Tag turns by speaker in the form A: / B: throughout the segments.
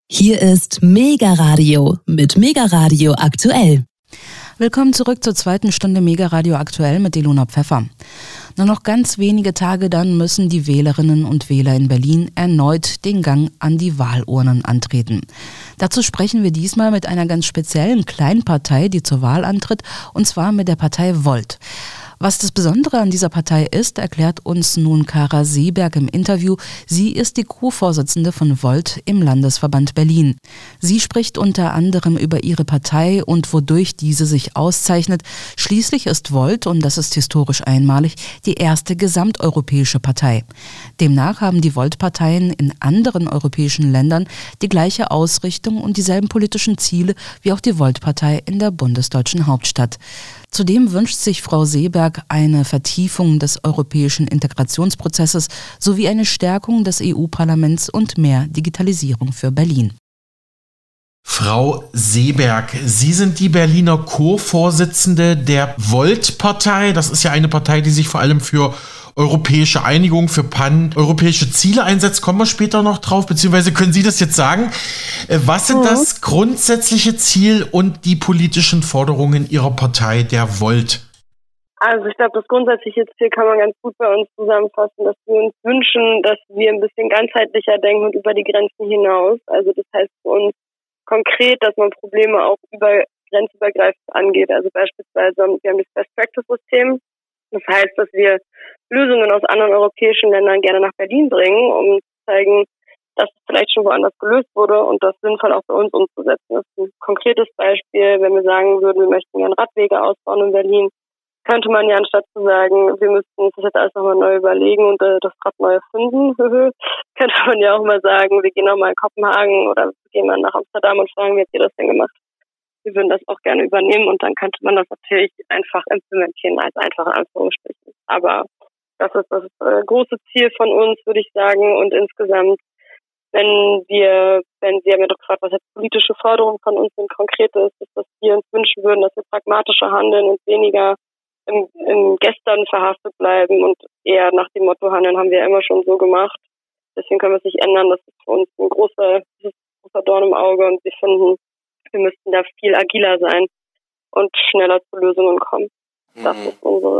A: Hier ist Mega Radio mit Mega Radio aktuell.
B: Willkommen zurück zur zweiten Stunde Mega Radio aktuell mit Ilona Pfeffer. Nur noch ganz wenige Tage, dann müssen die Wählerinnen und Wähler in Berlin erneut den Gang an die Wahlurnen antreten. Dazu sprechen wir diesmal mit einer ganz speziellen Kleinpartei, die zur Wahl antritt, und zwar mit der Partei Volt. Was das Besondere an dieser Partei ist, erklärt uns nun Kara Seeberg im Interview. Sie ist die Co-Vorsitzende von Volt im Landesverband Berlin. Sie spricht unter anderem über ihre Partei und wodurch diese sich auszeichnet. Schließlich ist Volt, und das ist historisch einmalig, die erste gesamteuropäische Partei. Demnach haben die Volt-Parteien in anderen europäischen Ländern die gleiche Ausrichtung und dieselben politischen Ziele wie auch die Volt-Partei in der bundesdeutschen Hauptstadt. Zudem wünscht sich Frau Seeberg eine Vertiefung des europäischen Integrationsprozesses sowie eine Stärkung des EU-Parlaments und mehr Digitalisierung für Berlin.
C: Frau Seeberg, Sie sind die Berliner Co-Vorsitzende der Volt-Partei. Das ist ja eine Partei, die sich vor allem für europäische Einigung, für pan-europäische Ziele einsetzt. Kommen wir später noch drauf, beziehungsweise können Sie das jetzt sagen? Was sind das grundsätzliche Ziel und die politischen Forderungen Ihrer Partei, der Volt?
D: Also ich glaube, das grundsätzliche Ziel kann man ganz gut bei uns zusammenfassen, dass wir uns wünschen, dass wir ein bisschen ganzheitlicher denken und über die Grenzen hinaus. Also das heißt für uns konkret, dass man Probleme auch grenzübergreifend angeht. Also beispielsweise, wir haben das Best-Practice-System. Das heißt, dass wir Lösungen aus anderen europäischen Ländern gerne nach Berlin bringen, um zu zeigen, dass es vielleicht schon woanders gelöst wurde und das sinnvoll auch für uns umzusetzen. Das ist ein konkretes Beispiel, wenn wir sagen würden, wir möchten gerne Radwege ausbauen in Berlin, könnte man ja anstatt zu sagen, wir müssten uns das jetzt alles nochmal neu überlegen und das Rad neu erfinden, könnte man ja auch mal sagen, wir gehen nochmal in Kopenhagen oder wir gehen mal nach Amsterdam und fragen, wie habt ihr das denn gemacht? Wir würden das auch gerne übernehmen und dann könnte man das natürlich einfach implementieren als einfache Anführungsstrichen. Aber das ist das große Ziel von uns, würde ich sagen. Und insgesamt, wenn Sie haben ja doch gefragt, was jetzt politische Forderungen von uns sind, konkret ist, dass wir uns wünschen würden, dass wir pragmatischer handeln und weniger im Gestern verhaftet bleiben und eher nach dem Motto handeln, haben wir immer schon so gemacht. Deswegen können wir es nicht ändern. Das ist für uns ein großer Dorn im Auge und wir finden, wir müssten da viel agiler sein und schneller zu Lösungen kommen. Das ist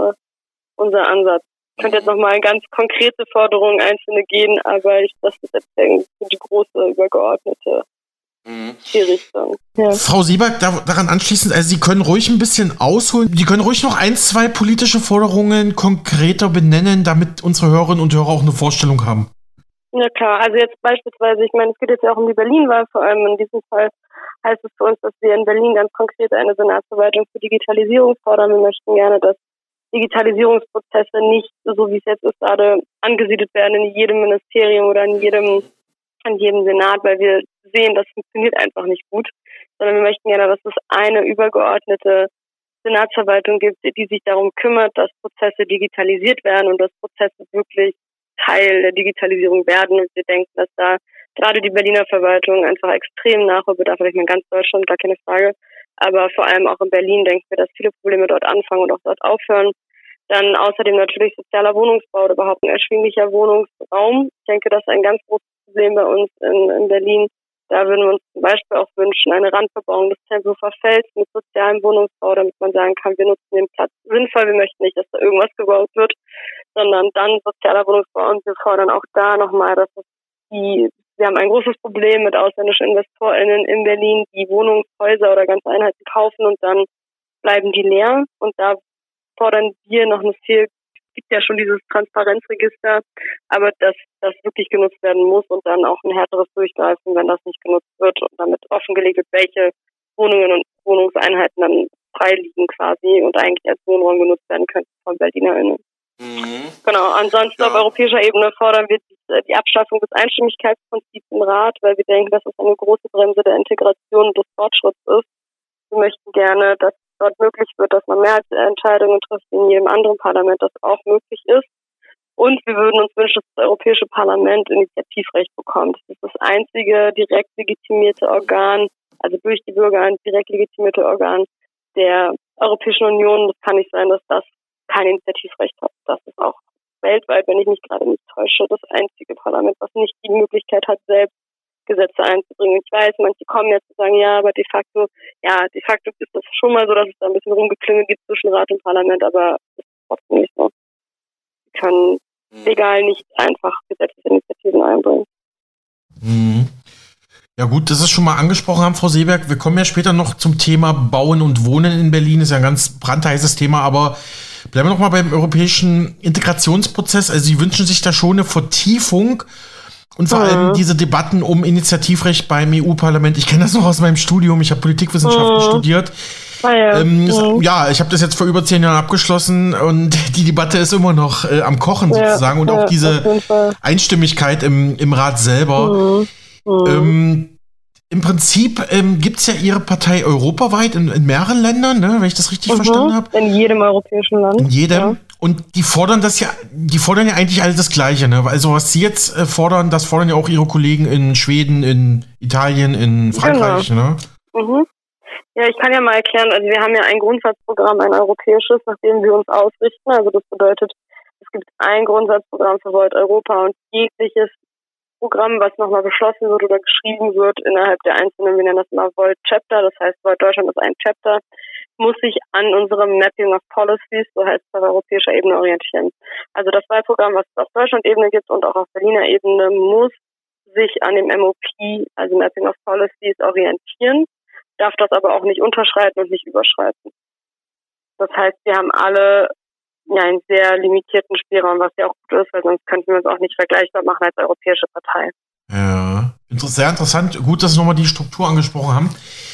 D: unser Ansatz. Ich könnte jetzt nochmal ganz konkrete Forderungen einzelne gehen, aber das ist jetzt die große, übergeordnete Zielrichtung. Ja.
C: Frau Seeberg, daran anschließend, also Sie können ruhig ein bisschen ausholen. Sie können ruhig noch 1, 2 politische Forderungen konkreter benennen, damit unsere Hörerinnen und Hörer auch eine Vorstellung haben.
D: Ja klar, also jetzt beispielsweise, ich meine, es geht jetzt ja auch um die Berlin-Wahl, vor allem in diesem Fall heißt es für uns, dass wir in Berlin ganz konkret eine Senatsverwaltung für Digitalisierung fordern. Wir möchten gerne, dass Digitalisierungsprozesse nicht, so wie es jetzt ist, gerade angesiedelt werden in jedem Ministerium oder in jedem Senat, weil wir sehen, das funktioniert einfach nicht gut, sondern wir möchten gerne, dass es eine übergeordnete Senatsverwaltung gibt, die sich darum kümmert, dass Prozesse digitalisiert werden und dass Prozesse wirklich Teil der Digitalisierung werden. Und wir denken, dass da gerade die Berliner Verwaltung einfach extrem Nachholbedarf hat. Ich meine, ganz Deutschland, gar keine Frage. Aber vor allem auch in Berlin denken wir, dass viele Probleme dort anfangen und auch dort aufhören. Dann außerdem natürlich sozialer Wohnungsbau oder überhaupt ein erschwinglicher Wohnungsraum. Ich denke, das ist ein ganz großes Problem bei uns in Berlin. Da würden wir uns zum Beispiel auch wünschen, eine Randbebauung des Tempelhofer Felds mit sozialem Wohnungsbau, damit man sagen kann, wir nutzen den Platz sinnvoll. Wir möchten nicht, dass da irgendwas gebaut wird, sondern dann sozialer Wohnungsbau. Und wir fordern auch da nochmal, dass wir haben ein großes Problem mit ausländischen InvestorInnen in Berlin, die Wohnungshäuser oder ganze Einheiten kaufen und dann bleiben die leer. Und da fordern wir noch viel. Es gibt ja schon dieses Transparenzregister, aber dass das wirklich genutzt werden muss und dann auch ein härteres Durchgreifen, wenn das nicht genutzt wird und damit offengelegt wird, welche Wohnungen und Wohnungseinheiten dann frei liegen quasi und eigentlich als Wohnraum genutzt werden könnten von BerlinerInnen. Genau, ansonsten auf europäischer Ebene fordern wir die Abschaffung des Einstimmigkeitsprinzips im Rat, weil wir denken, dass es eine große Bremse der Integration und des Fortschritts ist. Wir möchten gerne, dass dort möglich wird, dass man Mehrheitsentscheidungen trifft in jedem anderen Parlament, das auch möglich ist. Und wir würden uns wünschen, dass das Europäische Parlament Initiativrecht bekommt. Das ist das einzige direkt legitimierte Organ, also durch die Bürger ein direkt legitimierte Organ der Europäischen Union. Das kann nicht sein, dass das kein Initiativrecht hat. Das ist auch weltweit, wenn ich mich gerade nicht täusche, das einzige Parlament, was nicht die Möglichkeit hat, selbst Gesetze einzubringen. Ich weiß, manche kommen jetzt und sagen, ja, aber de facto ist das schon mal so, dass es da ein bisschen Rumgeklingel gibt zwischen Rat und Parlament, aber das ist trotzdem nicht so. Sie können legal nicht einfach Gesetzesinitiativen einbringen.
C: Mhm. Ja gut, das ist schon mal angesprochen haben, Frau Seeberg. Wir kommen ja später noch zum Thema Bauen und Wohnen in Berlin. Das ist ja ein ganz brandheißes Thema, aber bleiben wir noch mal beim europäischen Integrationsprozess. Also Sie wünschen sich da schon eine Vertiefung und vor allem diese Debatten um Initiativrecht beim EU-Parlament. Ich kenne das noch aus meinem Studium. Ich habe Politikwissenschaften studiert. Ja, ich habe das jetzt vor über 10 Jahren abgeschlossen und die Debatte ist immer noch am Kochen sozusagen und auch diese Einstimmigkeit im Rat selber. Im Prinzip gibt es ja Ihre Partei europaweit in mehreren Ländern, ne, wenn ich das richtig verstanden habe.
D: In jedem europäischen Land.
C: In jedem. Ja. Und die fordern ja eigentlich alle das Gleiche, ne? Also was Sie jetzt fordern, das fordern ja auch Ihre Kollegen in Schweden, in Italien, in Frankreich, ne?
D: Ja, ich kann ja mal erklären, also wir haben ja ein Grundsatzprogramm, ein europäisches, nach dem wir uns ausrichten. Also das bedeutet, es gibt ein Grundsatzprogramm für Volt Europa und jegliches Programm, was nochmal beschlossen wird oder geschrieben wird innerhalb der einzelnen, wir nennen das mal Volt Chapter, das heißt Volt Deutschland ist ein Chapter, muss sich an unserem Mapping of Policies, so heißt es auf europäischer Ebene, orientieren. Also das Wahlprogramm, was es auf Deutschland-Ebene gibt und auch auf Berliner Ebene, muss sich an dem MOP, also Mapping of Policies, orientieren, darf das aber auch nicht unterschreiten und nicht überschreiten. Das heißt, wir haben alle einen sehr limitierten Spielraum, was ja auch gut ist, weil sonst könnten wir uns auch nicht vergleichbar machen als europäische Partei.
C: Ja, sehr interessant. Gut, dass Sie nochmal die Struktur angesprochen haben.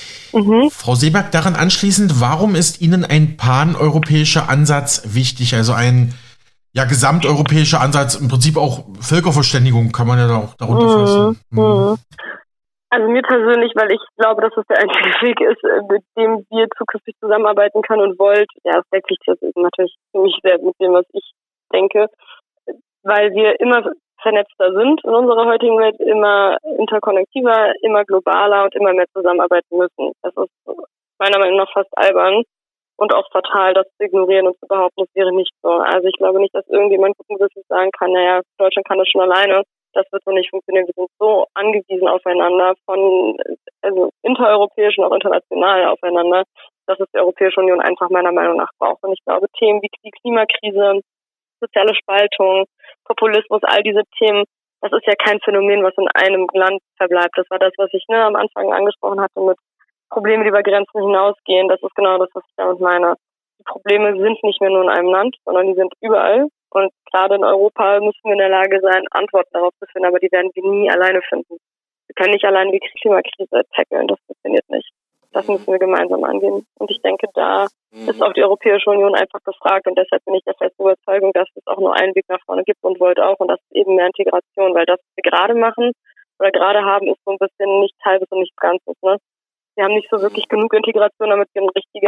C: Frau Seeberg, daran anschließend, warum ist Ihnen ein paneuropäischer Ansatz wichtig? Also ein gesamteuropäischer Ansatz, im Prinzip auch Völkerverständigung kann man ja da auch darunter fassen.
D: Also mir persönlich, weil ich glaube, dass das der einzige Weg ist, mit dem wir zukünftig zusammenarbeiten können und Volt, das deckt sich das natürlich ziemlich sehr mit dem, was ich denke, weil wir immer vernetzter sind in unserer heutigen Welt, immer interkonnektiver, immer globaler und immer mehr zusammenarbeiten müssen. Das ist meiner Meinung nach fast albern und auch fatal, das zu ignorieren und zu behaupten, das wäre nicht so. Also ich glaube nicht, dass irgendjemand guten Gewissens sagen kann, Deutschland kann das schon alleine. Das wird so nicht funktionieren. Wir sind so angewiesen aufeinander, also intereuropäisch und auch international aufeinander, dass es die Europäische Union einfach meiner Meinung nach braucht. Und ich glaube, Themen wie die Klimakrise, soziale Spaltung, Populismus, all diese Themen, das ist ja kein Phänomen, was in einem Land verbleibt. Das war das, was ich am Anfang angesprochen hatte mit Problemen, die über Grenzen hinausgehen. Das ist genau das, was ich damit meine. Die Probleme sind nicht mehr nur in einem Land, sondern die sind überall. Und gerade in Europa müssen wir in der Lage sein, Antworten darauf zu finden, aber die werden wir nie alleine finden. Wir können nicht alleine die Klimakrise tackeln, das funktioniert nicht. Das müssen wir gemeinsam angehen. Und ich denke, da ist auch die Europäische Union einfach gefragt und deshalb bin ich der festen Überzeugung, dass es auch nur einen Weg nach vorne gibt und Volt auch und das ist eben mehr Integration, weil das, was wir gerade machen oder gerade haben, ist so ein bisschen nichts Halbes und nichts Ganzes. Ne? Wir haben nicht so wirklich genug Integration, damit wir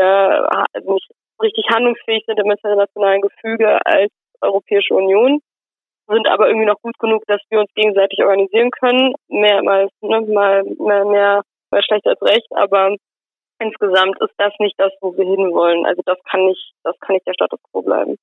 D: nicht richtig handlungsfähig sind im internationalen Gefüge als Europäische Union, sind aber irgendwie noch gut genug, dass wir uns gegenseitig organisieren können. Mal schlecht als recht, aber insgesamt ist das nicht das, wo wir hinwollen. Also das kann nicht der Status quo bleiben.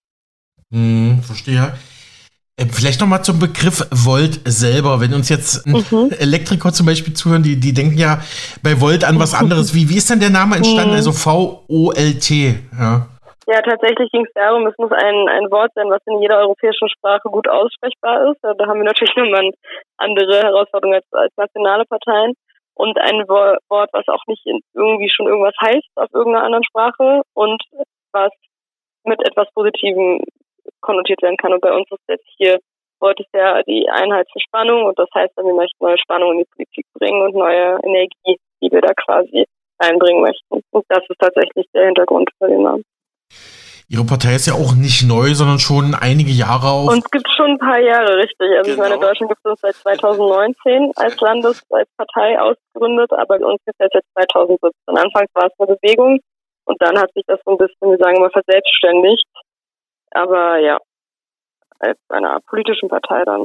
C: Verstehe. Vielleicht nochmal zum Begriff Volt selber. Wenn uns jetzt Elektriker zum Beispiel zuhören, die denken ja bei Volt an was anderes. Wie ist denn der Name entstanden? Also V-O-L-T, ja.
D: Ja, tatsächlich ging es darum, es muss ein Wort sein, was in jeder europäischen Sprache gut aussprechbar ist. Da haben wir natürlich nochmal andere Herausforderungen als nationale Parteien. Und ein Wort, was auch nicht irgendwie schon irgendwas heißt auf irgendeiner anderen Sprache und was mit etwas Positivem konnotiert werden kann. Und bei uns ist jetzt hier, Wort ist ja die Einheit für Spannung und das heißt, wir möchten neue Spannung in die Politik bringen und neue Energie, die wir da quasi einbringen möchten. Und das ist tatsächlich der Hintergrund für den Namen.
C: Ihre Partei ist ja auch nicht neu, sondern schon einige Jahre auf.
D: Und es gibt schon ein paar Jahre, richtig. Also ich meine, in Deutschland gibt es uns seit 2019 als Partei ausgegründet, aber bei uns gibt es jetzt 2017. Anfangs war es eine Bewegung und dann hat sich das so ein bisschen, wir sagen immer, verselbstständigt. Aber ja, als einer politischen Partei dann.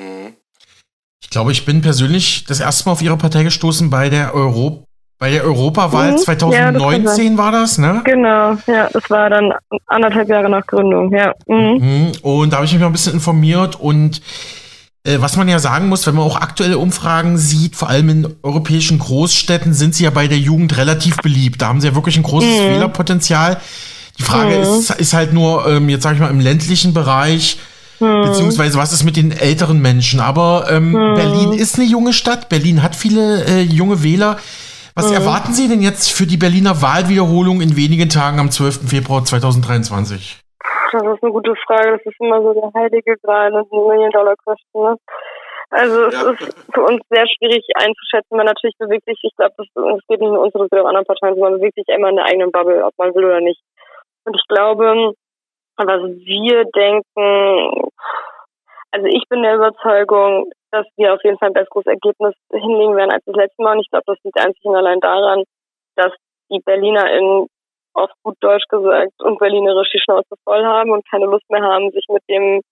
C: Ich glaube, ich bin persönlich das erste Mal auf Ihre Partei gestoßen bei der Europawahl 2019 war das, ne?
D: Genau, ja, das war dann 1,5 Jahre nach Gründung, ja.
C: Und da habe ich mich mal ein bisschen informiert und Was man ja sagen muss, wenn man auch aktuelle Umfragen sieht, vor allem in europäischen Großstädten, sind sie ja bei der Jugend relativ beliebt. Da haben sie ja wirklich ein großes Wählerpotenzial. Die Frage ist halt nur, jetzt sage ich mal, im ländlichen Bereich, beziehungsweise was ist mit den älteren Menschen. Aber Berlin ist eine junge Stadt, Berlin hat viele junge Wähler. Was erwarten Sie denn jetzt für die Berliner Wahlwiederholung in wenigen Tagen am 12. Februar 2023?
D: Das ist eine gute Frage. Das ist immer so der heilige Gral, das ist ein Million-Dollar-Question, ne? Also es ist für uns sehr schwierig einzuschätzen, weil natürlich bewegt sich, ich glaube, es geht nicht nur uns, das geht auch anderen Parteien, man bewegt sich immer in der eigenen Bubble, ob man will oder nicht. Und ich glaube, was wir denken, also ich bin der Überzeugung, dass wir auf jeden Fall ein besseres Ergebnis hinlegen werden als das letzte Mal. Und ich glaube, das liegt einzig und allein daran, dass die BerlinerInnen auf gut Deutsch gesagt und berlinerisch die Schnauze voll haben und keine Lust mehr haben, sich mit dem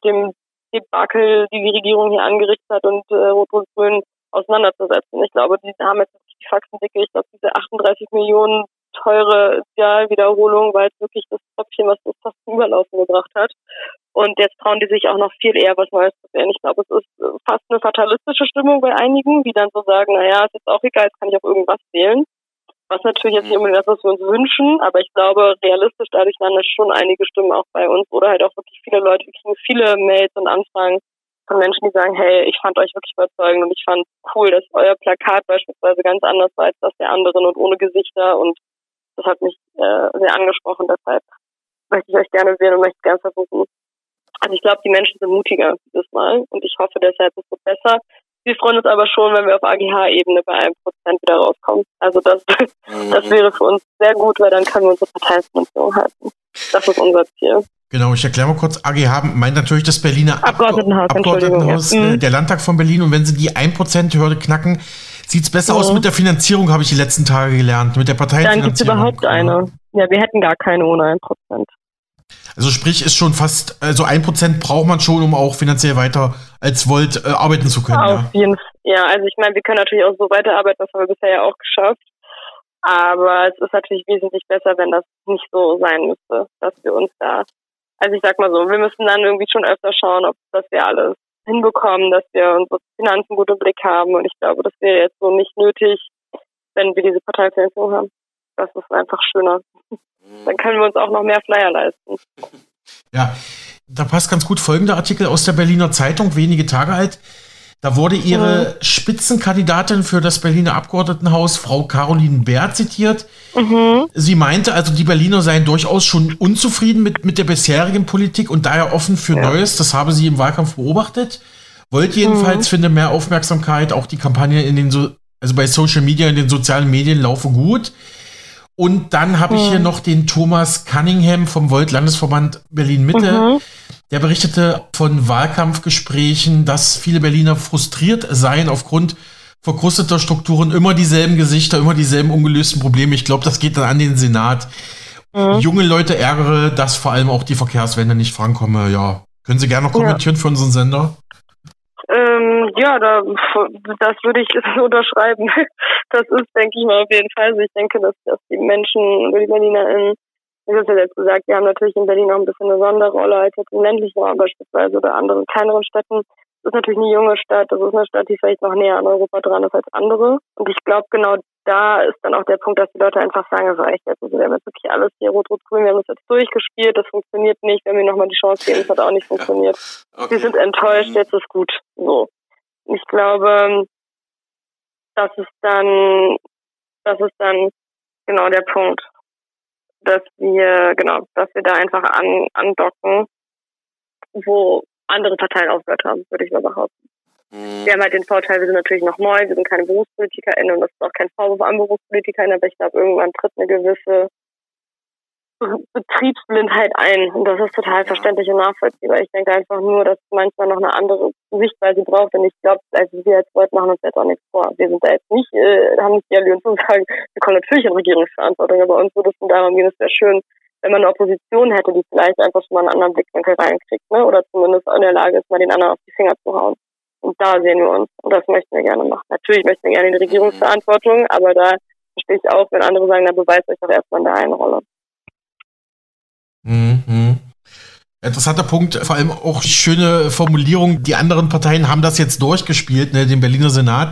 D: Debakel, die die Regierung hier angerichtet hat und Rot-Rot-Grün auseinanderzusetzen. Ich glaube, die haben jetzt die Faxen dicke. Ich glaube, diese 38 Millionen teure Idealwiederholung war jetzt wirklich das Tröpfchen, was das fast zum Überlaufen gebracht hat. Und jetzt trauen die sich auch noch viel eher was Neues zu wählen. Ich glaube, es ist fast eine fatalistische Stimmung bei einigen, die dann so sagen, naja, ist jetzt auch egal, jetzt kann ich auch irgendwas wählen. Was natürlich jetzt nicht unbedingt das, was wir uns wünschen, aber ich glaube, realistisch dadurch landen schon einige Stimmen auch bei uns oder halt auch wirklich viele Leute, wir kriegen viele Mails und Anfragen von Menschen, die sagen, hey, ich fand euch wirklich überzeugend und ich fand cool, dass euer Plakat beispielsweise ganz anders war als das der anderen und ohne Gesichter und das hat mich sehr angesprochen, deshalb möchte ich euch gerne wählen und möchte gerne versuchen. Also ich glaube, die Menschen sind mutiger dieses Mal und ich hoffe deshalb, es wird besser. Wir freuen uns aber schon, wenn wir auf AGH-Ebene bei 1% wieder rauskommen. Also das wäre für uns sehr gut, weil dann können wir unsere Parteienfinanzierung halten. Das ist unser Ziel.
C: Genau, ich erkläre mal kurz, AGH meint natürlich das Berliner
D: Abgeordnetenhaus,
C: der Landtag von Berlin. Und wenn sie die 1%-Hürde knacken, sieht es besser aus mit der Finanzierung, habe ich die letzten Tage gelernt, mit der Parteienfinanzierung.
D: Dann gibt es überhaupt eine. Ja, wir hätten gar keine ohne 1%.
C: Also sprich, ist schon fast, also 1% braucht man schon, um auch finanziell weiter als Volt arbeiten zu können.
D: Auf jeden Fall. Ja, also ich meine, wir können natürlich auch so weiterarbeiten, das haben wir bisher ja auch geschafft. Aber es ist natürlich wesentlich besser, wenn das nicht so sein müsste, dass wir uns da, also ich sag mal so, wir müssen dann irgendwie schon öfter schauen, dass wir alles hinbekommen, dass wir unsere Finanzen gut im Blick haben. Und ich glaube, das wäre jetzt so nicht nötig, wenn wir diese Parteifinanzierung haben. Das ist einfach schöner. Dann können wir uns auch noch mehr Flyer leisten.
C: Ja, da passt ganz gut folgender Artikel aus der Berliner Zeitung, wenige Tage alt. Da wurde ihre Spitzenkandidatin für das Berliner Abgeordnetenhaus, Frau Caroline Bär, zitiert. Sie meinte, also die Berliner seien durchaus schon unzufrieden mit der bisherigen Politik und daher offen für Neues. Das habe sie im Wahlkampf beobachtet. Wollte jedenfalls, finde, mehr Aufmerksamkeit. Auch die Kampagne also bei Social Media, in den sozialen Medien laufe gut. Und dann habe ich hier noch den Thomas Cunningham vom Volt-Landesverband Berlin-Mitte. Der berichtete von Wahlkampfgesprächen, dass viele Berliner frustriert seien aufgrund verkrusteter Strukturen, immer dieselben Gesichter, immer dieselben ungelösten Probleme. Ich glaube, das geht dann an den Senat. Junge Leute ärgere, dass vor allem auch die Verkehrswende nicht vorankomme. Ja, können Sie gerne noch kommentieren für unseren Sender?
D: Das würde ich unterschreiben. Das ist, denke ich mal, auf jeden Fall. Also ich denke, dass die Menschen oder die BerlinerInnen, wie du es ja selbst gesagt, die haben natürlich in Berlin auch ein bisschen eine Sonderrolle als jetzt im ländlichen Raum beispielsweise oder anderen kleineren Städten. Das ist natürlich eine junge Stadt, das ist eine Stadt, die vielleicht noch näher an Europa dran ist als andere. Und ich glaube, genau da ist dann auch der Punkt, dass die Leute einfach sagen, es reicht jetzt. Also wir haben jetzt wirklich alles hier rot-rot-grün, wir haben das jetzt durchgespielt, das funktioniert nicht, wenn wir nochmal die Chance geben, das hat auch nicht funktioniert. Okay. Wir sind enttäuscht, jetzt ist gut. So. Ich glaube, das ist dann genau der Punkt, dass wir da einfach andocken, wo andere Parteien aufgehört haben, würde ich mal behaupten. Wir haben halt den Vorteil, wir sind natürlich noch neu, wir sind keine BerufspolitikerInnen und das ist auch kein Vorwurf an BerufspolitikerInnen, aber ich glaube, irgendwann tritt eine gewisse Betriebsblindheit ein und das ist total verständlich und nachvollziehbar. Ich denke einfach nur, dass es manchmal noch eine andere Sichtweise braucht und ich glaube, also wir als Volt machen uns jetzt auch nichts vor. Wir sind da jetzt nicht, haben nicht die Allianz zu sagen, wir kommen natürlich in Regierungsverantwortung, aber uns würde es darum gehen, es wäre schön, wenn man eine Opposition hätte, die vielleicht einfach schon mal einen anderen Blickwinkel reinkriegt, ne? Oder zumindest in der Lage ist, mal den anderen auf die Finger zu hauen. Und da sehen wir uns. Und das möchten wir gerne machen. Natürlich möchten wir gerne die Regierungsverantwortung, aber da verstehe ich auch, wenn andere sagen, na beweist euch doch erstmal in der einen Rolle.
C: Interessanter Punkt, vor allem auch schöne Formulierung. Die anderen Parteien haben das jetzt durchgespielt, ne, den Berliner Senat.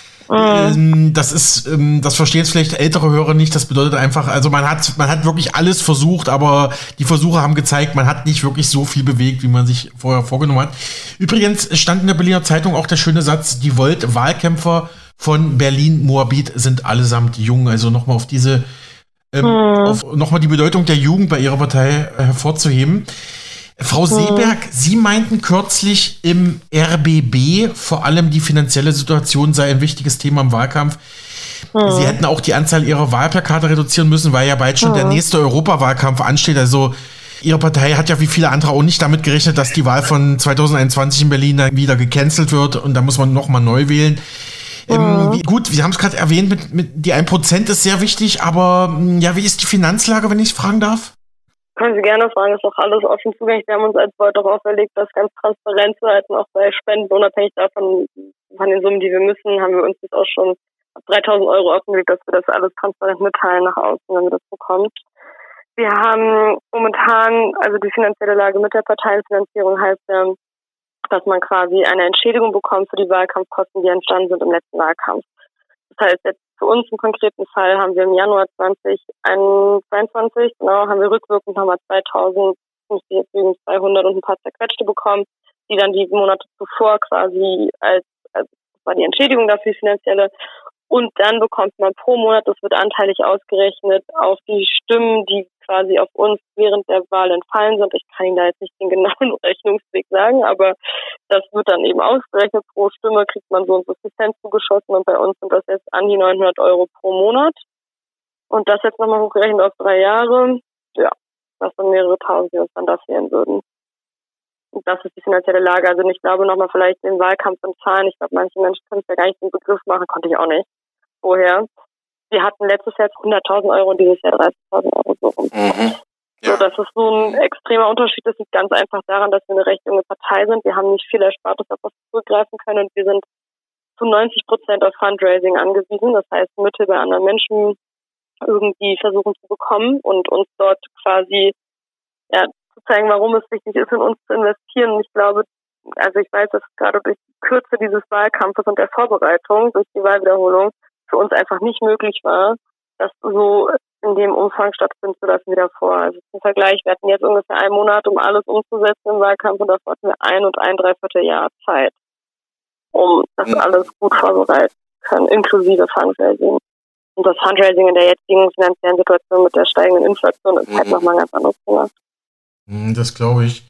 C: Das verstehen jetzt vielleicht ältere Hörer nicht. Das bedeutet einfach, also man hat wirklich alles versucht, aber die Versuche haben gezeigt, man hat nicht wirklich so viel bewegt, wie man sich vorher vorgenommen hat. Übrigens stand in der Berliner Zeitung auch der schöne Satz, die Volt-Wahlkämpfer von Berlin-Moabit sind allesamt jung. Also nochmal auf diese, nochmal die Bedeutung der Jugend bei ihrer Partei hervorzuheben. Frau Seeberg, Sie meinten kürzlich im RBB, vor allem die finanzielle Situation sei ein wichtiges Thema im Wahlkampf. Sie hätten auch die Anzahl Ihrer Wahlplakate reduzieren müssen, weil ja bald schon der nächste Europawahlkampf ansteht. Also Ihre Partei hat ja wie viele andere auch nicht damit gerechnet, dass die Wahl von 2021 in Berlin dann wieder gecancelt wird und da muss man nochmal neu wählen. Gut, Sie haben es gerade erwähnt, mit die 1% ist sehr wichtig, aber ja, wie ist die Finanzlage, wenn ich es fragen darf?
D: Können Sie gerne fragen, ist doch alles offen zugänglich. Wir haben uns als Volt auch auferlegt, das ganz transparent zu halten, auch bei Spenden, unabhängig davon, von den Summen, die wir müssen, haben wir uns jetzt auch schon ab 3.000 € offengelegt, dass wir das alles transparent mitteilen nach außen, wenn wir das bekommen. Wir haben momentan, also die finanzielle Lage mit der Parteienfinanzierung heißt ja, dass man quasi eine Entschädigung bekommt für die Wahlkampfkosten, die entstanden sind im letzten Wahlkampf. Das heißt, jetzt für uns im konkreten Fall haben wir im Januar 2022, haben wir rückwirkend nochmal 2.200 und ein paar zerquetschte bekommen, die dann die Monate zuvor quasi als war die Entschädigung dafür, die finanzielle. Und dann bekommt man pro Monat, das wird anteilig ausgerechnet, auf die Stimmen, die quasi auf uns während der Wahl entfallen sind. Ich kann Ihnen da jetzt nicht den genauen Rechnungsweg sagen, aber das wird dann eben ausgerechnet. Pro Stimme kriegt man so und so viel Cent zugeschossen und bei uns sind das jetzt an die 900 € pro Monat. Und das jetzt nochmal hochgerechnet auf 3 Jahre, ja, das sind mehrere Tausend, die uns dann da fehlen würden. Und das ist die finanzielle Lage. Also ich glaube nochmal vielleicht den Wahlkampf in Zahlen. Ich glaube, manche Menschen können es ja gar nicht den Begriff machen, konnte ich auch nicht vorher. Wir hatten letztes Jahr 100.000 € und dieses Jahr 30.000 € so rum. Ja. So, dass es so ein extremer Unterschied ist, liegt ganz einfach daran, dass wir eine recht junge Partei sind. Wir haben nicht viel Erspartes, auf was wir zurückgreifen können und wir sind zu 90% auf Fundraising angewiesen. Das heißt, Mittel bei anderen Menschen irgendwie versuchen zu bekommen und uns dort quasi zu zeigen, warum es wichtig ist, in uns zu investieren. Und ich glaube, also ich weiß, dass gerade durch die Kürze dieses Wahlkampfes und der Vorbereitung, durch die Wahlwiederholung, für uns einfach nicht möglich war, das so in dem Umfang stattfinden zu lassen wie davor. Also zum Vergleich, wir hatten jetzt ungefähr 1 Monat, um alles umzusetzen im Wahlkampf und davor hatten wir 1 und 1/3 Jahr Zeit, um das alles gut vorbereiten zu können, inklusive Fundraising. Und das Fundraising in der jetzigen finanziellen Situation mit der steigenden Inflation ist halt nochmal ein ganz anderes Thema.
C: Das glaube ich.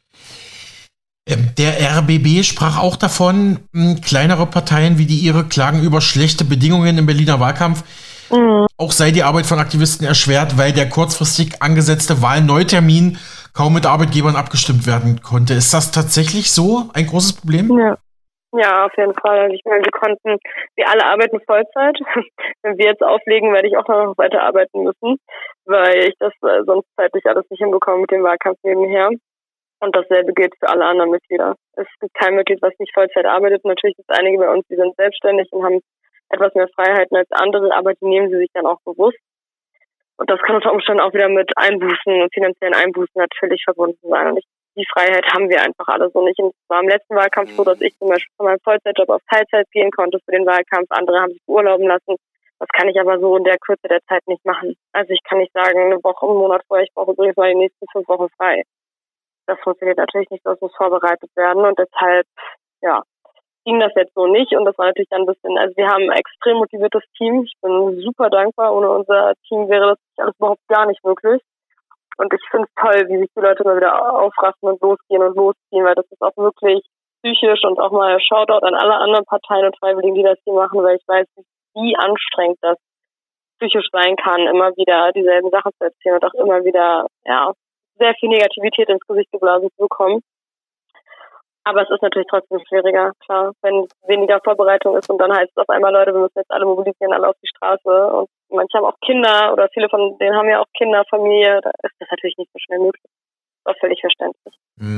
C: Der RBB sprach auch davon, kleinere Parteien wie die ihre klagen über schlechte Bedingungen im Berliner Wahlkampf. Auch sei die Arbeit von Aktivisten erschwert, weil der kurzfristig angesetzte Wahlneutermin kaum mit Arbeitgebern abgestimmt werden konnte. Ist das tatsächlich so ein großes Problem?
D: Ja, auf jeden Fall. Also ich meine, wir alle arbeiten Vollzeit. Wenn wir jetzt auflegen, werde ich auch noch weiter arbeiten müssen, weil ich das sonst zeitlich alles nicht hinbekomme mit dem Wahlkampf nebenher. Und dasselbe gilt für alle anderen Mitglieder. Es gibt kein Mitglied, was nicht Vollzeit arbeitet. Natürlich gibt es einige bei uns, die sind selbstständig und haben etwas mehr Freiheiten als andere, aber die nehmen sie sich dann auch bewusst. Und das kann unter Umständen auch wieder mit Einbußen und finanziellen Einbußen natürlich verbunden sein. Und die Freiheit haben wir einfach alle so nicht. Und es war im letzten Wahlkampf so, dass ich zum Beispiel von meinem Vollzeitjob auf Teilzeit gehen konnte für den Wahlkampf. Andere haben sich beurlauben lassen. Das kann ich aber so in der Kürze der Zeit nicht machen. Also ich kann nicht sagen, eine Woche, einen Monat vorher, ich brauche übrigens mal die nächsten 5 Wochen frei. Das funktioniert natürlich nicht, das muss vorbereitet werden und deshalb, ging das jetzt so nicht und das war natürlich dann ein bisschen, also wir haben ein extrem motiviertes Team. Ich bin super dankbar. Ohne unser Team wäre das alles überhaupt gar nicht möglich. Und ich finde es toll, wie sich die Leute immer wieder aufraffen und losgehen und losziehen, weil das ist auch wirklich psychisch und auch mal Shoutout an alle anderen Parteien und Freiwilligen, die das hier machen, weil ich weiß, wie anstrengend das psychisch sein kann, immer wieder dieselben Sachen zu erzählen und auch immer wieder, sehr viel Negativität ins Gesicht geblasen zu bekommen. Aber es ist natürlich trotzdem schwieriger, klar, wenn weniger Vorbereitung ist und dann heißt es auf einmal, Leute, wir müssen jetzt alle mobilisieren, alle auf die Straße und manche haben auch Kinder oder viele von denen haben ja auch Kinder, Familie, da ist das natürlich nicht so schnell möglich. Das ist auch völlig verständlich.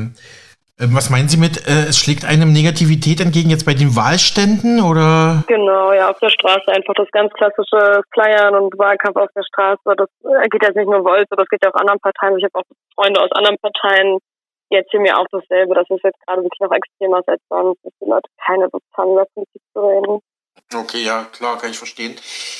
C: Was meinen Sie mit, es schlägt einem Negativität entgegen jetzt bei den Wahlständen, oder?
D: Genau, ja, auf der Straße einfach das ganz klassische Flyern und Wahlkampf auf der Straße. Das geht jetzt nicht nur Volt, das geht ja auch anderen Parteien. Ich habe auch Freunde aus anderen Parteien, jetzt hier mir auch dasselbe, dass es jetzt gerade wirklich noch extremer ist als sonst, dass die Leute keine Lust haben, über Politik zu reden.
C: Okay, ja, klar, kann ich verstehen.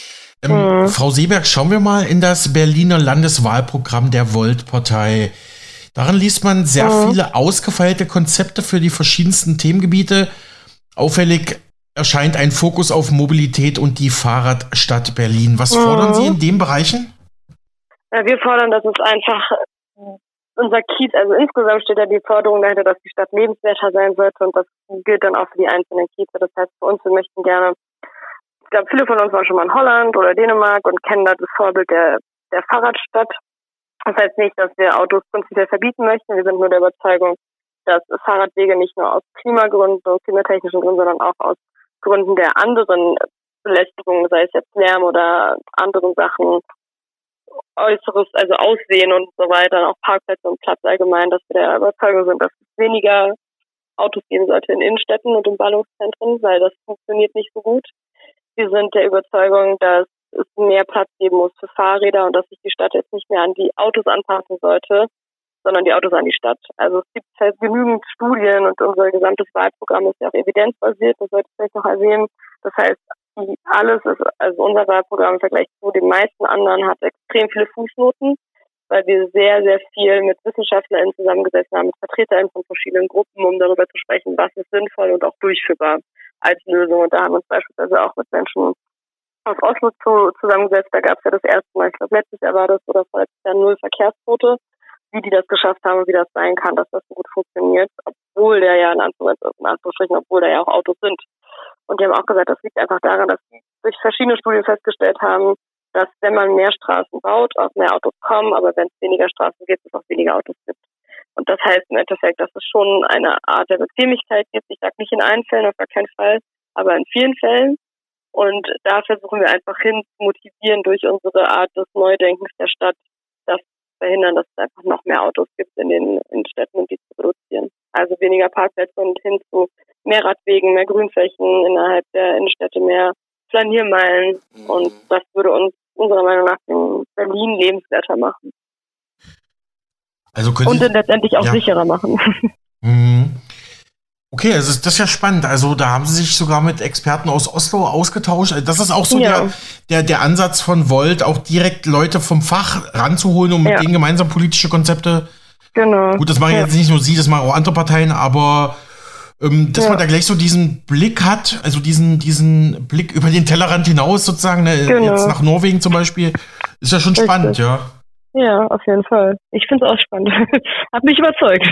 C: Frau Seeberg, schauen wir mal in das Berliner Landeswahlprogramm der Volt-Partei. Darin liest man sehr viele ausgefeilte Konzepte für die verschiedensten Themengebiete. Auffällig erscheint ein Fokus auf Mobilität und die Fahrradstadt Berlin. Was fordern Sie in den Bereichen?
D: Ja, wir fordern, dass es einfach unser Kiez, also insgesamt steht ja die Forderung dahinter, dass die Stadt lebenswerter sein sollte und das gilt dann auch für die einzelnen Kieze. Das heißt, für uns, wir möchten gerne, ich glaube, viele von uns waren schon mal in Holland oder Dänemark und kennen da das Vorbild der Fahrradstadt. Das heißt nicht, dass wir Autos prinzipiell verbieten möchten. Wir sind nur der Überzeugung, dass Fahrradwege nicht nur aus Klimagründen und klimatechnischen Gründen, sondern auch aus Gründen der anderen Belästigungen, sei es jetzt Lärm oder anderen Sachen, Äußeres, also Aussehen und so weiter, auch Parkplätze und Platz allgemein, dass wir der Überzeugung sind, dass es weniger Autos geben sollte in Innenstädten und in Ballungszentren, weil das funktioniert nicht so gut. Wir sind der Überzeugung, dass es mehr Platz geben muss für Fahrräder und dass sich die Stadt jetzt nicht mehr an die Autos anpassen sollte, sondern die Autos an die Stadt. Also es gibt halt genügend Studien und unser gesamtes Wahlprogramm ist ja auch evidenzbasiert, das sollte ich vielleicht noch erwähnen. Das heißt, alles ist, also unser Wahlprogramm im Vergleich zu den meisten anderen hat extrem viele Fußnoten, weil wir sehr, sehr viel mit WissenschaftlerInnen zusammengesessen haben, mit VertreterInnen von verschiedenen Gruppen, um darüber zu sprechen, was ist sinnvoll und auch durchführbar als Lösung. Und da haben wir uns beispielsweise auch mit Menschen aus Oslo zusammengesetzt. Da gab es ja das erste Mal, ich glaube letztes Jahr war das oder vorletztes Jahr 0 Verkehrstote, wie die das geschafft haben und wie das sein kann, dass das so gut funktioniert, obwohl der ja in Anführungsstrichen, obwohl da ja auch Autos sind. Und die haben auch gesagt, das liegt einfach daran, dass sie durch verschiedene Studien festgestellt haben, dass wenn man mehr Straßen baut, auch mehr Autos kommen, aber wenn es weniger Straßen gibt, es auch weniger Autos gibt. Und das heißt im Endeffekt, dass es schon eine Art der Bequemlichkeit gibt. Ich sage nicht in allen Fällen, auf gar keinen Fall, aber in vielen Fällen. Und da versuchen wir einfach hin zu motivieren durch unsere Art des Neudenkens der Stadt, das zu verhindern, dass es einfach noch mehr Autos gibt in den Städten und die zu reduzieren. Also weniger Parkplätze und hin zu mehr Radwegen, mehr Grünflächen innerhalb der Innenstädte, mehr Flaniermeilen. Und das würde uns unserer Meinung nach in Berlin lebenswerter machen.
C: Also
D: und dann letztendlich auch sicherer machen.
C: Okay, also das ist ja spannend. Also da haben Sie sich sogar mit Experten aus Oslo ausgetauscht. Das ist auch so der Ansatz von Volt, auch direkt Leute vom Fach ranzuholen, um mit denen gemeinsam politische Konzepte.
D: Genau.
C: Gut, das machen jetzt nicht nur Sie, das machen auch andere Parteien, aber dass man da gleich so diesen Blick hat, also diesen Blick über den Tellerrand hinaus sozusagen, jetzt nach Norwegen zum Beispiel, ist ja schon spannend, ja.
D: Ja, auf jeden Fall. Ich finde es auch spannend. Hat mich überzeugt.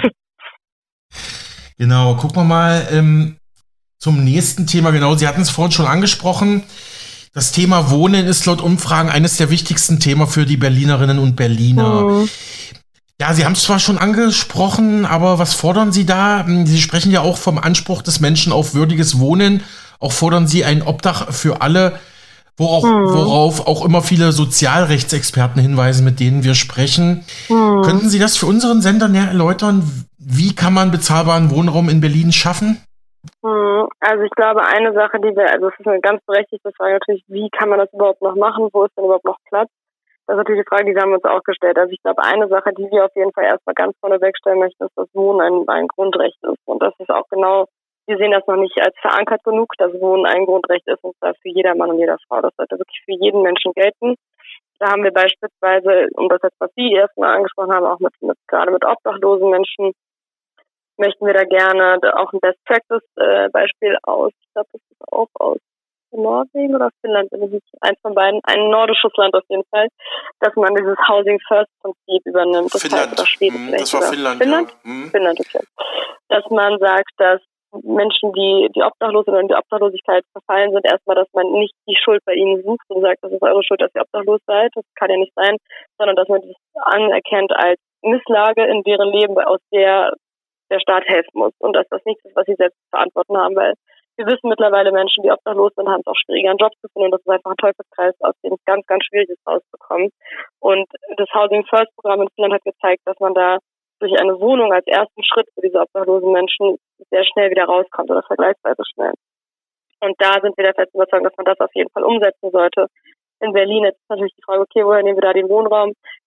C: Genau, gucken wir mal zum nächsten Thema. Genau, Sie hatten es vorhin schon angesprochen. Das Thema Wohnen ist laut Umfragen eines der wichtigsten Themen für die Berlinerinnen und Berliner. Ja, Sie haben es zwar schon angesprochen, aber was fordern Sie da? Sie sprechen ja auch vom Anspruch des Menschen auf würdiges Wohnen. Auch fordern Sie ein Obdach für alle, worauf auch immer viele Sozialrechtsexperten hinweisen, mit denen wir sprechen. Könnten Sie das für unseren Sender näher erläutern? Wie kann man bezahlbaren Wohnraum in Berlin schaffen?
D: Also ich glaube, eine Sache, also es ist eine ganz berechtigte Frage natürlich, wie kann man das überhaupt noch machen? Wo ist denn überhaupt noch Platz? Das ist natürlich die Frage, die haben wir uns auch gestellt. Also ich glaube, eine Sache, die wir auf jeden Fall erstmal ganz vorne wegstellen möchten, ist, dass Wohnen ein Grundrecht ist. Und das ist auch genau, wir sehen das noch nicht als verankert genug, dass Wohnen ein Grundrecht ist, und zwar für jeder Mann und jeder Frau. Das sollte wirklich für jeden Menschen gelten. Da haben wir beispielsweise, um das jetzt, was Sie erstmal angesprochen haben, auch gerade mit obdachlosen Menschen, möchten wir da gerne auch ein Best-Practice-Beispiel aus, ich glaube, das ist auch aus Norwegen oder Finnland, eins von beiden, ein nordisches Land auf jeden Fall, dass man dieses Housing-First-Prinzip übernimmt. Das
C: Finnland.
D: Heißt, oder Schweden vielleicht.
C: Das war Finnland,
D: Finnland?
C: Ja.
D: Finnland, okay. Dass man sagt, dass Menschen, die obdachlos sind und in die Obdachlosigkeit verfallen sind, erstmal, dass man nicht die Schuld bei ihnen sucht und sagt, das ist eure Schuld, dass ihr obdachlos seid, das kann ja nicht sein, sondern dass man das anerkennt als Misslage in deren Leben, aus der der Staat helfen muss und dass das nichts ist, was sie selbst zu verantworten haben, weil wir wissen mittlerweile, Menschen, die obdachlos sind, haben es auch schwieriger, einen Job zu finden, und das ist einfach ein Teufelskreis, aus dem es ganz, ganz schwierig ist, rauszukommen. Und das Housing First Programm in Finnland hat gezeigt, dass man da durch eine Wohnung als ersten Schritt für diese obdachlosen Menschen sehr schnell wieder rauskommt oder vergleichsweise schnell. Und da sind wir der festen Überzeugung, dass man das auf jeden Fall umsetzen sollte. In Berlin jetzt ist natürlich die Frage, okay, woher nehmen wir da den Wohnraum? Ich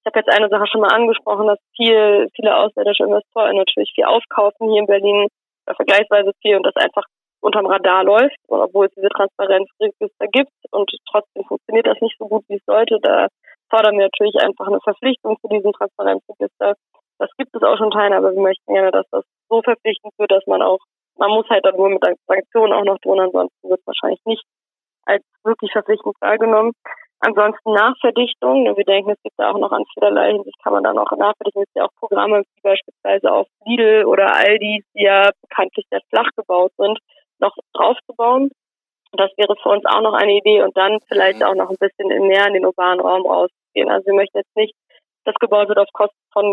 D: habe jetzt eine Sache schon mal angesprochen, dass viele ausländische Investoren natürlich viel aufkaufen hier in Berlin, vergleichsweise viel, und das einfach unterm Radar läuft, und obwohl es diese Transparenzregister gibt, und trotzdem funktioniert das nicht so gut, wie es sollte. Da fordern wir natürlich einfach eine Verpflichtung zu diesem Transparenzregister. Das gibt es auch schon Teile, aber wir möchten gerne, dass das so verpflichtend wird, dass man muss halt dann nur mit Sanktionen auch noch drohen, ansonsten wird es wahrscheinlich nicht als wirklich verpflichtend wahrgenommen. Ansonsten Nachverdichtung. Wir denken, es gibt da auch noch an vielerlei Hinsicht, kann man da noch nachverdichten. Es gibt ja auch Programme, wie beispielsweise auf Lidl oder Aldi, die ja bekanntlich sehr flach gebaut sind, noch draufzubauen. Das wäre für uns auch noch eine Idee, und dann vielleicht auch noch ein bisschen mehr in den urbanen Raum rauszugehen. Also wir möchten jetzt nicht, das gebaut wird auf Kosten von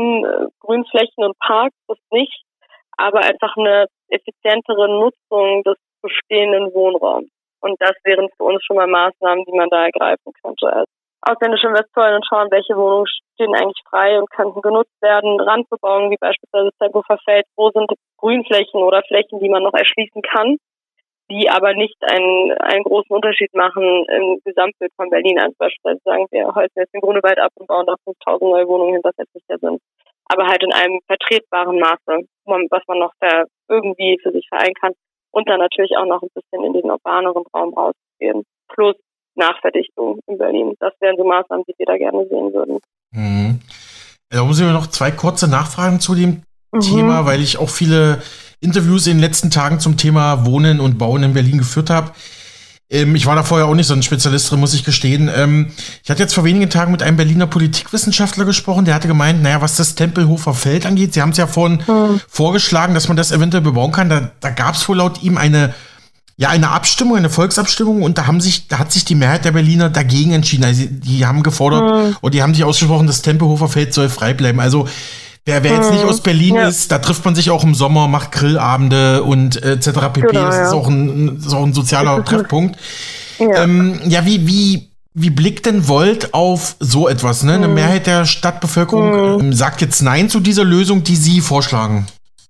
D: Grünflächen und Parks, das nicht, aber einfach eine effizientere Nutzung des bestehenden Wohnraums. Und das wären für uns schon mal Maßnahmen, die man da ergreifen könnte. Also ausländische Investoren schauen, welche Wohnungen stehen eigentlich frei und könnten genutzt werden, Randbebauungen wie beispielsweise Tempelhofer Feld, wo sind Grünflächen oder Flächen, die man noch erschließen kann, die aber nicht einen großen Unterschied machen im Gesamtbild von Berlin. Also beispielsweise sagen wir, holzen jetzt den Grunewald ab und bauen da 5.000 neue Wohnungen hin, was jetzt nicht der Sinn. Aber halt in einem vertretbaren Maße, was man noch irgendwie für sich vereinen kann. Und dann natürlich auch noch ein bisschen in den urbaneren Raum rauszugehen. Plus Nachverdichtung in Berlin. Das wären so Maßnahmen, die wir da gerne sehen würden.
C: Mhm. Da muss ich mir noch 2 kurze Nachfragen zu dem Thema, weil ich auch viele Interviews in den letzten Tagen zum Thema Wohnen und Bauen in Berlin geführt habe. Ich war da vorher auch nicht so ein Spezialist drin, muss ich gestehen. Ich hatte jetzt vor wenigen Tagen mit einem Berliner Politikwissenschaftler gesprochen, der hatte gemeint, was das Tempelhofer Feld angeht, Sie haben es ja vorhin vorgeschlagen, dass man das eventuell bebauen kann. Da gab es wohl laut ihm eine Abstimmung, eine Volksabstimmung, und da hat sich die Mehrheit der Berliner dagegen entschieden. Also die haben gefordert, oder die haben sich ausgesprochen, das Tempelhofer Feld soll frei bleiben. Also wer jetzt nicht aus Berlin ist, da trifft man sich auch im Sommer, macht Grillabende und etc. pp. Genau, das ist auch ein sozialer Treffpunkt. Ja. Wie blickt denn Volt auf so etwas? Ne? Eine Mehrheit der Stadtbevölkerung sagt jetzt Nein zu dieser Lösung, die Sie vorschlagen.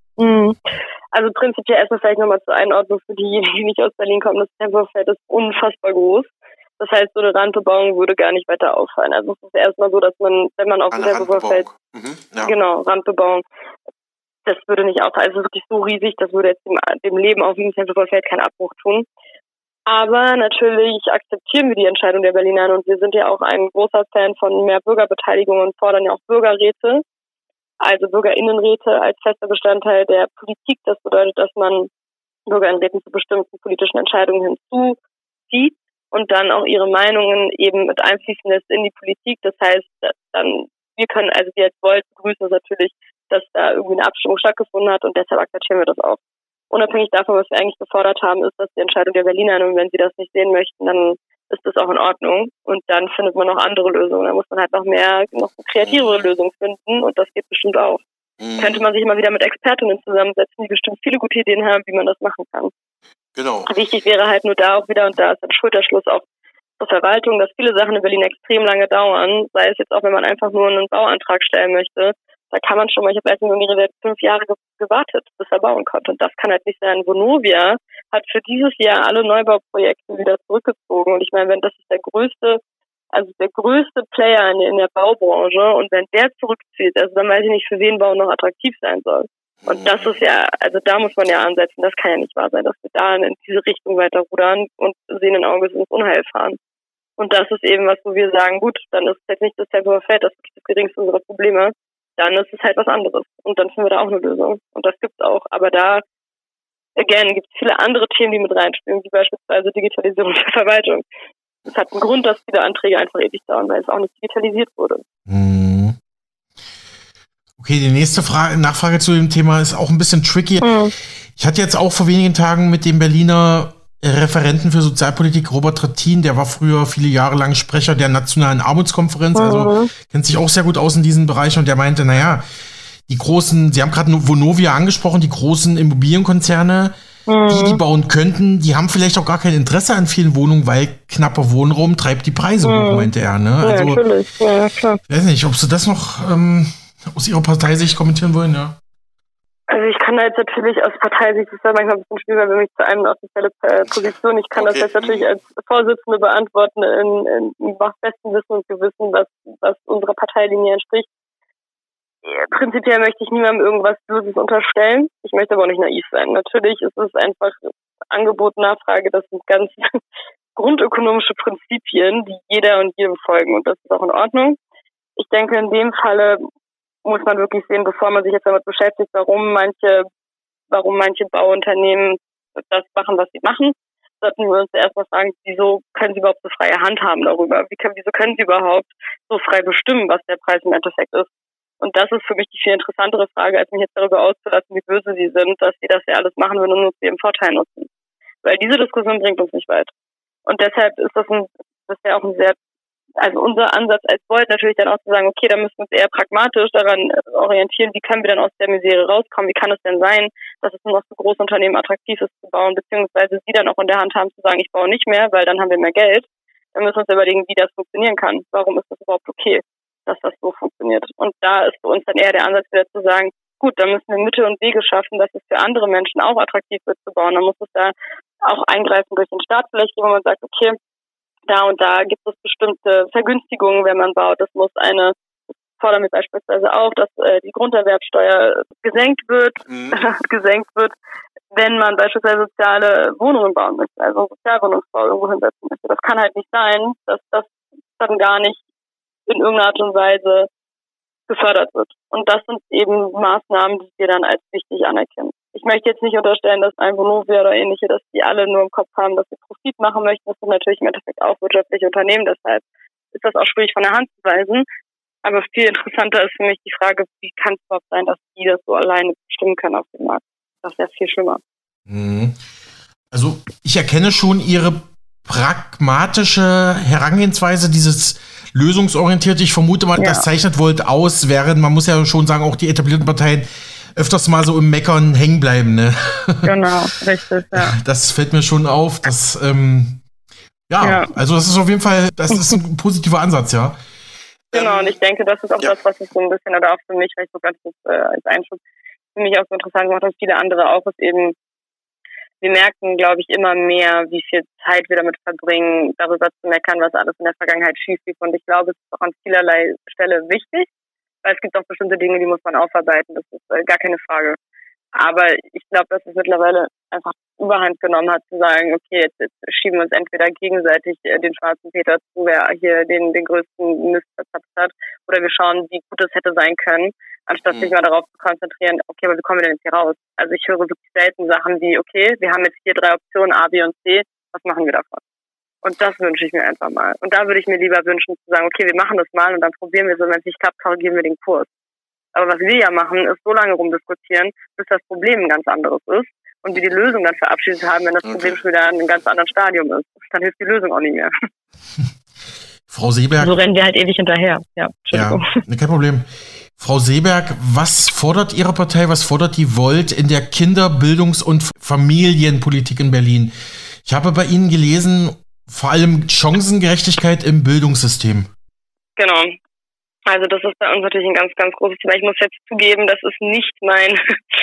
D: Also prinzipiell erstmal vielleicht nochmal zur Einordnung für diejenigen, die nicht aus Berlin kommen. Das Tempelhofer Feld ist unfassbar groß. Das heißt, so eine Randbebauung würde gar nicht weiter auffallen. Also es ist erstmal so, dass man, wenn man auf dem Tempelhofer Feld, genau, Randbebauung, das würde nicht auffallen. Also es ist wirklich so riesig, das würde jetzt dem Leben auf dem Tempelhofer Feld keinen Abbruch tun. Aber natürlich akzeptieren wir die Entscheidung der Berliner, und wir sind ja auch ein großer Fan von mehr Bürgerbeteiligung und fordern ja auch Bürgerräte, also BürgerInnenräte als fester Bestandteil der Politik. Das bedeutet, dass man BürgerInnenräten zu bestimmten politischen Entscheidungen hinzuzieht und dann auch ihre Meinungen eben mit einfließen lässt in die Politik. Das heißt, wir als Volt begrüßen es natürlich, dass da irgendwie eine Abstimmung stattgefunden hat, und deshalb akzeptieren wir das auch. Unabhängig davon, was wir eigentlich gefordert haben, ist das die Entscheidung der Berliner, und wenn sie das nicht sehen möchten, dann ist das auch in Ordnung, und dann findet man noch andere Lösungen. Da muss man halt noch eine kreativere Lösung finden, und das geht bestimmt auch. Könnte man sich immer wieder mit Expertinnen zusammensetzen, die bestimmt viele gute Ideen haben, wie man das machen kann.
C: Genau.
D: Wichtig wäre halt nur da auch wieder, und da ist ein Schulterschluss auch zur Verwaltung, dass viele Sachen in Berlin extrem lange dauern, sei es jetzt auch, wenn man einfach nur einen Bauantrag stellen möchte. Da kann man schon mal, ich habe letztens irgendwie 5 Jahre gewartet, bis er bauen konnte. Und das kann halt nicht sein. Vonovia hat für dieses Jahr alle Neubauprojekte wieder zurückgezogen. Und ich meine, wenn das ist der größte Player in der Baubranche, und wenn der zurückzieht, also dann weiß ich nicht, für wen Bau noch attraktiv sein soll. Und das ist ja, also da muss man ja ansetzen. Das kann ja nicht wahr sein, dass wir da in diese Richtung weiter rudern und sehenden Auges ins Unheil fahren. Und das ist eben was, wo wir sagen, gut, dann ist es jetzt nicht das Tempelhofer Feld, das ist das geringste unserer Probleme. Dann ist es halt was anderes. Und dann finden wir da auch eine Lösung. Und das gibt's auch. Aber da, again, gibt es viele andere Themen, die mit reinspielen, wie beispielsweise Digitalisierung der Verwaltung. Es hat einen Grund, dass viele Anträge einfach ewig dauern, weil es auch nicht digitalisiert wurde.
C: Okay, die nächste Nachfrage zu dem Thema ist auch ein bisschen tricky. Ich hatte jetzt auch vor wenigen Tagen mit dem Berliner Referenten für Sozialpolitik, Robert Trittin, der war früher viele Jahre lang Sprecher der Nationalen Armutskonferenz, also kennt sich auch sehr gut aus in diesem Bereich, und der meinte, die großen, Sie haben gerade Vonovia angesprochen, die großen Immobilienkonzerne, die bauen könnten, die haben vielleicht auch gar kein Interesse an vielen Wohnungen, weil knapper Wohnraum treibt die Preise hoch, meinte er. Ne?
D: Ja,
C: also,
D: natürlich, ja, klar.
C: Ich weiß nicht, ob Sie das noch aus Ihrer Parteisicht kommentieren wollen, ja?
D: Also ich kann da jetzt natürlich aus Parteisicht, das ist ja manchmal ein bisschen schwierig, wenn mich zu einem offizielle Position, ich kann das jetzt natürlich als Vorsitzende beantworten, in besten Wissen und Gewissen, was was unserer Parteilinie entspricht. Prinzipiell möchte ich niemandem irgendwas Böses unterstellen. Ich möchte aber auch nicht naiv sein. Natürlich ist es einfach Angebot, Nachfrage, das sind ganz grundökonomische Prinzipien, die jeder und jedem folgen, und das ist auch in Ordnung. Ich denke, in dem Falle muss man wirklich sehen, bevor man sich jetzt damit beschäftigt, warum manche Bauunternehmen das machen, was sie machen, sollten wir uns erstmal fragen, wieso können sie überhaupt so freie Hand haben darüber? Wieso können sie überhaupt so frei bestimmen, was der Preis im Endeffekt ist? Und das ist für mich die viel interessantere Frage, als mich jetzt darüber auszulassen, wie böse sie sind, dass sie das ja alles machen würden und nur zu ihrem Vorteil nutzen. Weil diese Diskussion bringt uns nicht weit. Und deshalb ist das ja auch unser Ansatz als Volt natürlich dann auch zu sagen, okay, da müssen wir uns eher pragmatisch daran orientieren, wie können wir dann aus der Misere rauskommen, wie kann es denn sein, dass es nur noch für große Unternehmen attraktiv ist zu bauen, beziehungsweise sie dann auch in der Hand haben zu sagen, ich baue nicht mehr, weil dann haben wir mehr Geld. Dann müssen wir uns überlegen, wie das funktionieren kann. Warum ist das überhaupt okay, dass das so funktioniert? Und da ist für uns dann eher der Ansatz wieder zu sagen, gut, dann müssen wir Mittel und Wege schaffen, dass es für andere Menschen auch attraktiv wird zu bauen. Dann muss es da auch eingreifen durch den Staat vielleicht, wo man sagt, okay, da und da gibt es bestimmte Vergünstigungen, wenn man baut. Das fordern wir beispielsweise auch, dass die Grunderwerbsteuer gesenkt wird, wenn man beispielsweise soziale Wohnungen bauen möchte, also Sozialwohnungsbau irgendwo hinsetzen möchte. Das kann halt nicht sein, dass das dann gar nicht in irgendeiner Art und Weise gefördert wird. Und das sind eben Maßnahmen, die wir dann als wichtig anerkennen. Ich möchte jetzt nicht unterstellen, dass ein Vonovia oder ähnliche, dass die alle nur im Kopf haben, dass sie Profit machen möchten. Das sind natürlich im Endeffekt auch wirtschaftliche Unternehmen. Deshalb ist das auch schwierig von der Hand zu weisen. Aber viel interessanter ist für mich die Frage, wie kann es überhaupt sein, dass die das so alleine bestimmen können auf dem Markt? Das ist ja viel schlimmer.
C: Also ich erkenne schon Ihre pragmatische Herangehensweise, dieses lösungsorientierte. Ich vermute mal, das zeichnet Volt aus, während man muss ja schon sagen, auch die etablierten Parteien öfters mal so im Meckern hängen bleiben, ne?
D: Genau, richtig, ja.
C: Das fällt mir schon auf, dass, also das ist auf jeden Fall, das ist ein positiver Ansatz, ja.
D: Genau, und ich denke, das ist auch das, was es so ein bisschen, oder auch für mich, vielleicht so ganz als Einschub, für mich auch so interessant gemacht und viele andere auch, ist eben, wir merken, glaube ich, immer mehr, wie viel Zeit wir damit verbringen, darüber zu meckern, was alles in der Vergangenheit schief lief. Und ich glaube, es ist auch an vielerlei Stelle wichtig, weil es gibt auch bestimmte Dinge, die muss man aufarbeiten. Das ist gar keine Frage. Aber ich glaube, dass es mittlerweile einfach Überhand genommen hat, zu sagen, okay, jetzt schieben wir uns entweder gegenseitig den schwarzen Peter zu, wer hier den größten Mist verzapft hat, oder wir schauen, wie gut es hätte sein können, anstatt sich mal darauf zu konzentrieren, okay, aber wie kommen wir denn jetzt hier raus? Also ich höre wirklich selten Sachen wie, okay, wir haben jetzt hier 3 Optionen, A, B und C, was machen wir davon? Und das wünsche ich mir einfach mal. Und da würde ich mir lieber wünschen, zu sagen, okay, wir machen das mal und dann probieren wir es, und wenn es nicht klappt, korrigieren wir den Kurs. Aber was wir ja machen, ist so lange rumdiskutieren, bis das Problem ein ganz anderes ist und wir die Lösung dann verabschiedet haben, wenn das Problem schon wieder in einem ganz anderen Stadium ist. Dann hilft die Lösung auch nicht mehr.
C: Frau Seeberg.
D: So rennen wir halt ewig hinterher. Ja,
C: kein Problem. Frau Seeberg, was fordert Ihre Partei, was fordert die Volt in der Kinder-, Bildungs- und Familienpolitik in Berlin? Ich habe bei Ihnen gelesen, vor allem Chancengerechtigkeit im Bildungssystem.
D: Genau. Also das ist bei uns natürlich ein ganz, ganz großes Thema. Ich muss jetzt zugeben, das ist nicht mein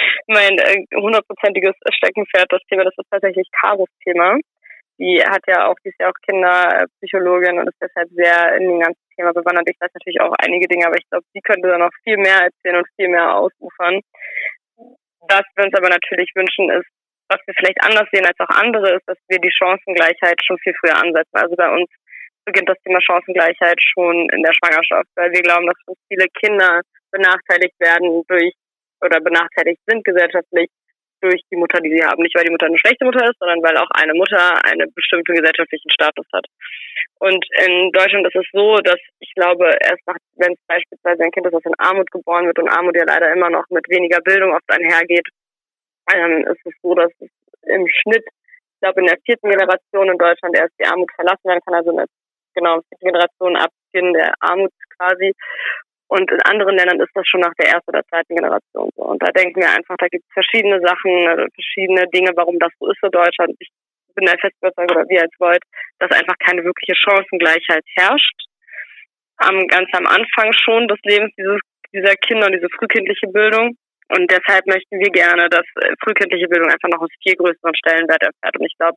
D: 100%iges Steckenpferd, das Thema. Das ist tatsächlich Karos Thema. Die ist ja auch Kinderpsychologin und ist deshalb sehr in dem ganzen Thema bewandert. Ich weiß natürlich auch einige Dinge, aber ich glaube, sie könnte da noch viel mehr erzählen und viel mehr ausufern. Was wir uns aber natürlich wünschen ist, was wir vielleicht anders sehen als auch andere, ist, dass wir die Chancengleichheit schon viel früher ansetzen. Also bei uns beginnt das Thema Chancengleichheit schon in der Schwangerschaft, weil wir glauben, dass schon viele Kinder benachteiligt sind gesellschaftlich durch die Mutter, die sie haben. Nicht, weil die Mutter eine schlechte Mutter ist, sondern weil auch eine Mutter einen bestimmten gesellschaftlichen Status hat. Und in Deutschland ist es so, dass ich glaube, wenn es beispielsweise ein Kind ist, das in Armut geboren wird und Armut ja leider immer noch mit weniger Bildung oft einhergeht, ist es so, dass es im Schnitt, ich glaube in der 4. Generation in Deutschland erst die Armut verlassen werden kann, also 4. Generation ab Beginn der Armut quasi. Und in anderen Ländern ist das schon nach der 1. oder 2. Generation so. Und da denken wir einfach, da gibt es verschiedene Sachen, verschiedene Dinge, warum das so ist für Deutschland. Ich bin der festen Überzeugung, oder wir als Volt, dass einfach keine wirkliche Chancengleichheit herrscht. Ganz am Anfang schon des Lebens dieser Kinder und diese frühkindliche Bildung. Und deshalb möchten wir gerne, dass frühkindliche Bildung einfach noch einen viel größeren Stellenwert erfährt. Und ich glaube,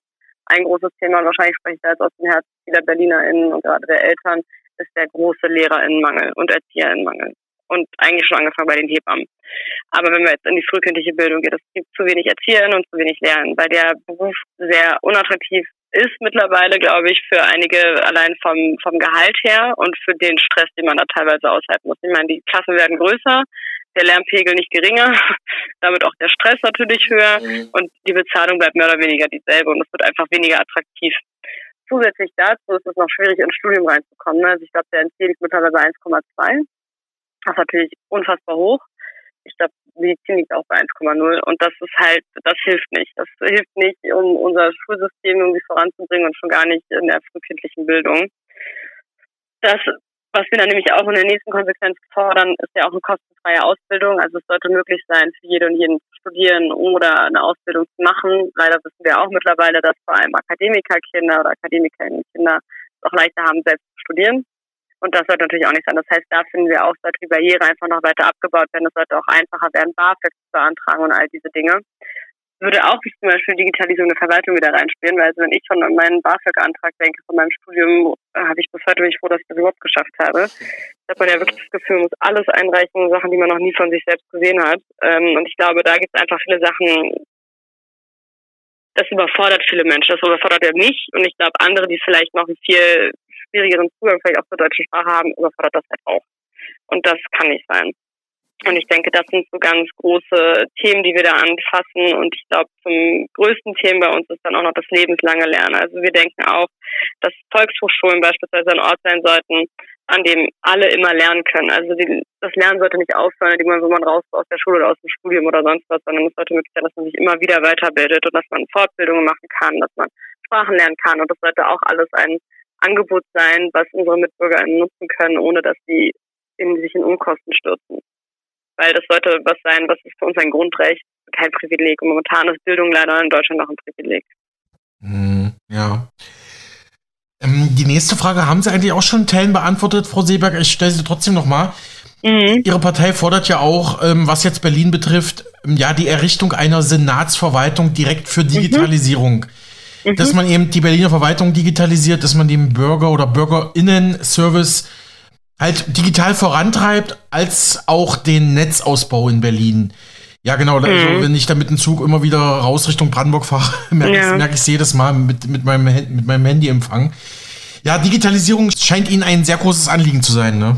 D: ein großes Thema, und wahrscheinlich spreche ich da jetzt aus dem Herzen vieler BerlinerInnen und gerade der Eltern, ist der große LehrerInnenmangel und ErzieherInnenmangel. Und eigentlich schon angefangen bei den Hebammen. Aber wenn wir jetzt in die frühkindliche Bildung gehen, es gibt zu wenig ErzieherInnen und zu wenig Lehrerinnen, weil der Beruf sehr unattraktiv ist mittlerweile, glaube ich, für einige allein vom Gehalt her und für den Stress, den man da teilweise aushalten muss. Ich meine, die Klassen werden größer, der Lernpegel nicht geringer, damit auch der Stress natürlich höher und die Bezahlung bleibt mehr oder weniger dieselbe und es wird einfach weniger attraktiv. Zusätzlich dazu ist es noch schwierig, ins Studium reinzukommen. Ne? Also ich glaube, der NC liegt mittlerweile 1,2. Das ist natürlich unfassbar hoch. Ich glaube, Medizin liegt auch bei 1,0 und das hilft nicht. Das hilft nicht, um unser Schulsystem irgendwie voranzubringen und schon gar nicht in der frühkindlichen Bildung. Das, was wir dann nämlich auch in der nächsten Konsequenz fordern, ist ja auch eine kostenfreie Ausbildung. Also es sollte möglich sein, für jede und jeden zu studieren oder eine Ausbildung zu machen. Leider wissen wir auch mittlerweile, dass vor allem Akademikerkinder oder Akademikerinnenkinder es auch leichter haben, selbst zu studieren. Und das sollte natürlich auch nicht sein. Das heißt, da finden wir auch, sollte die Barriere einfach noch weiter abgebaut werden. Es sollte auch einfacher werden, BAföG zu beantragen und all diese Dinge. Würde auch zum Beispiel Digitalisierung der Verwaltung wieder reinspielen, weil also wenn ich schon an meinen BAföG-Antrag denke von meinem Studium, habe ich bis heute nicht froh, dass ich das überhaupt geschafft habe. Da hat man ja wirklich das Gefühl, man muss alles einreichen, Sachen, die man noch nie von sich selbst gesehen hat. Und ich glaube, da gibt es einfach viele Sachen, das überfordert viele Menschen. Das überfordert ja mich und ich glaube, andere, die vielleicht noch einen viel schwierigeren Zugang vielleicht auch zur deutschen Sprache haben, überfordert das halt auch. Und das kann nicht sein. Und ich denke, das sind so ganz große Themen, die wir da anfassen. Und ich glaube, zum größten Thema bei uns ist dann auch noch das lebenslange Lernen. Also wir denken auch, dass Volkshochschulen beispielsweise ein Ort sein sollten, an dem alle immer lernen können. Also das Lernen sollte nicht aufhören, indem man, wo man raus aus der Schule oder aus dem Studium oder sonst was, sondern es sollte möglich sein, dass man sich immer wieder weiterbildet und dass man Fortbildungen machen kann, dass man Sprachen lernen kann. Und das sollte auch alles ein Angebot sein, was unsere MitbürgerInnen nutzen können, ohne dass sie sich in Unkosten stürzen. Weil das sollte was sein, was ist für uns ein Grundrecht, kein Privileg. Und momentan ist Bildung leider in Deutschland noch ein Privileg.
C: Ja. Die nächste Frage haben Sie eigentlich auch schon in Teilen beantwortet, Frau Seeberg. Ich stelle sie trotzdem nochmal. Ihre Partei fordert ja auch, was jetzt Berlin betrifft, die Errichtung einer Senatsverwaltung direkt für Digitalisierung. Dass man eben die Berliner Verwaltung digitalisiert, dass man den Bürger- oder BürgerInnen-Service halt digital vorantreibt, als auch den Netzausbau in Berlin. Ja, genau. Also, wenn ich da mit dem Zug immer wieder raus Richtung Brandenburg fahre, merke ich jedes Mal mit meinem Handyempfang. Ja, Digitalisierung scheint Ihnen ein sehr großes Anliegen zu sein, ne?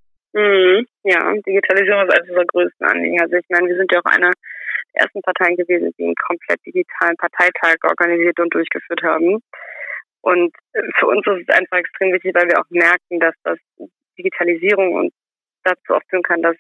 D: Ja, Digitalisierung ist eines unserer größten Anliegen. Also ich meine, wir sind ja auch eine der ersten Parteien gewesen, die einen komplett digitalen Parteitag organisiert und durchgeführt haben. Und für uns ist es einfach extrem wichtig, weil wir auch merken, dass das Digitalisierung und dazu auch führen kann, dass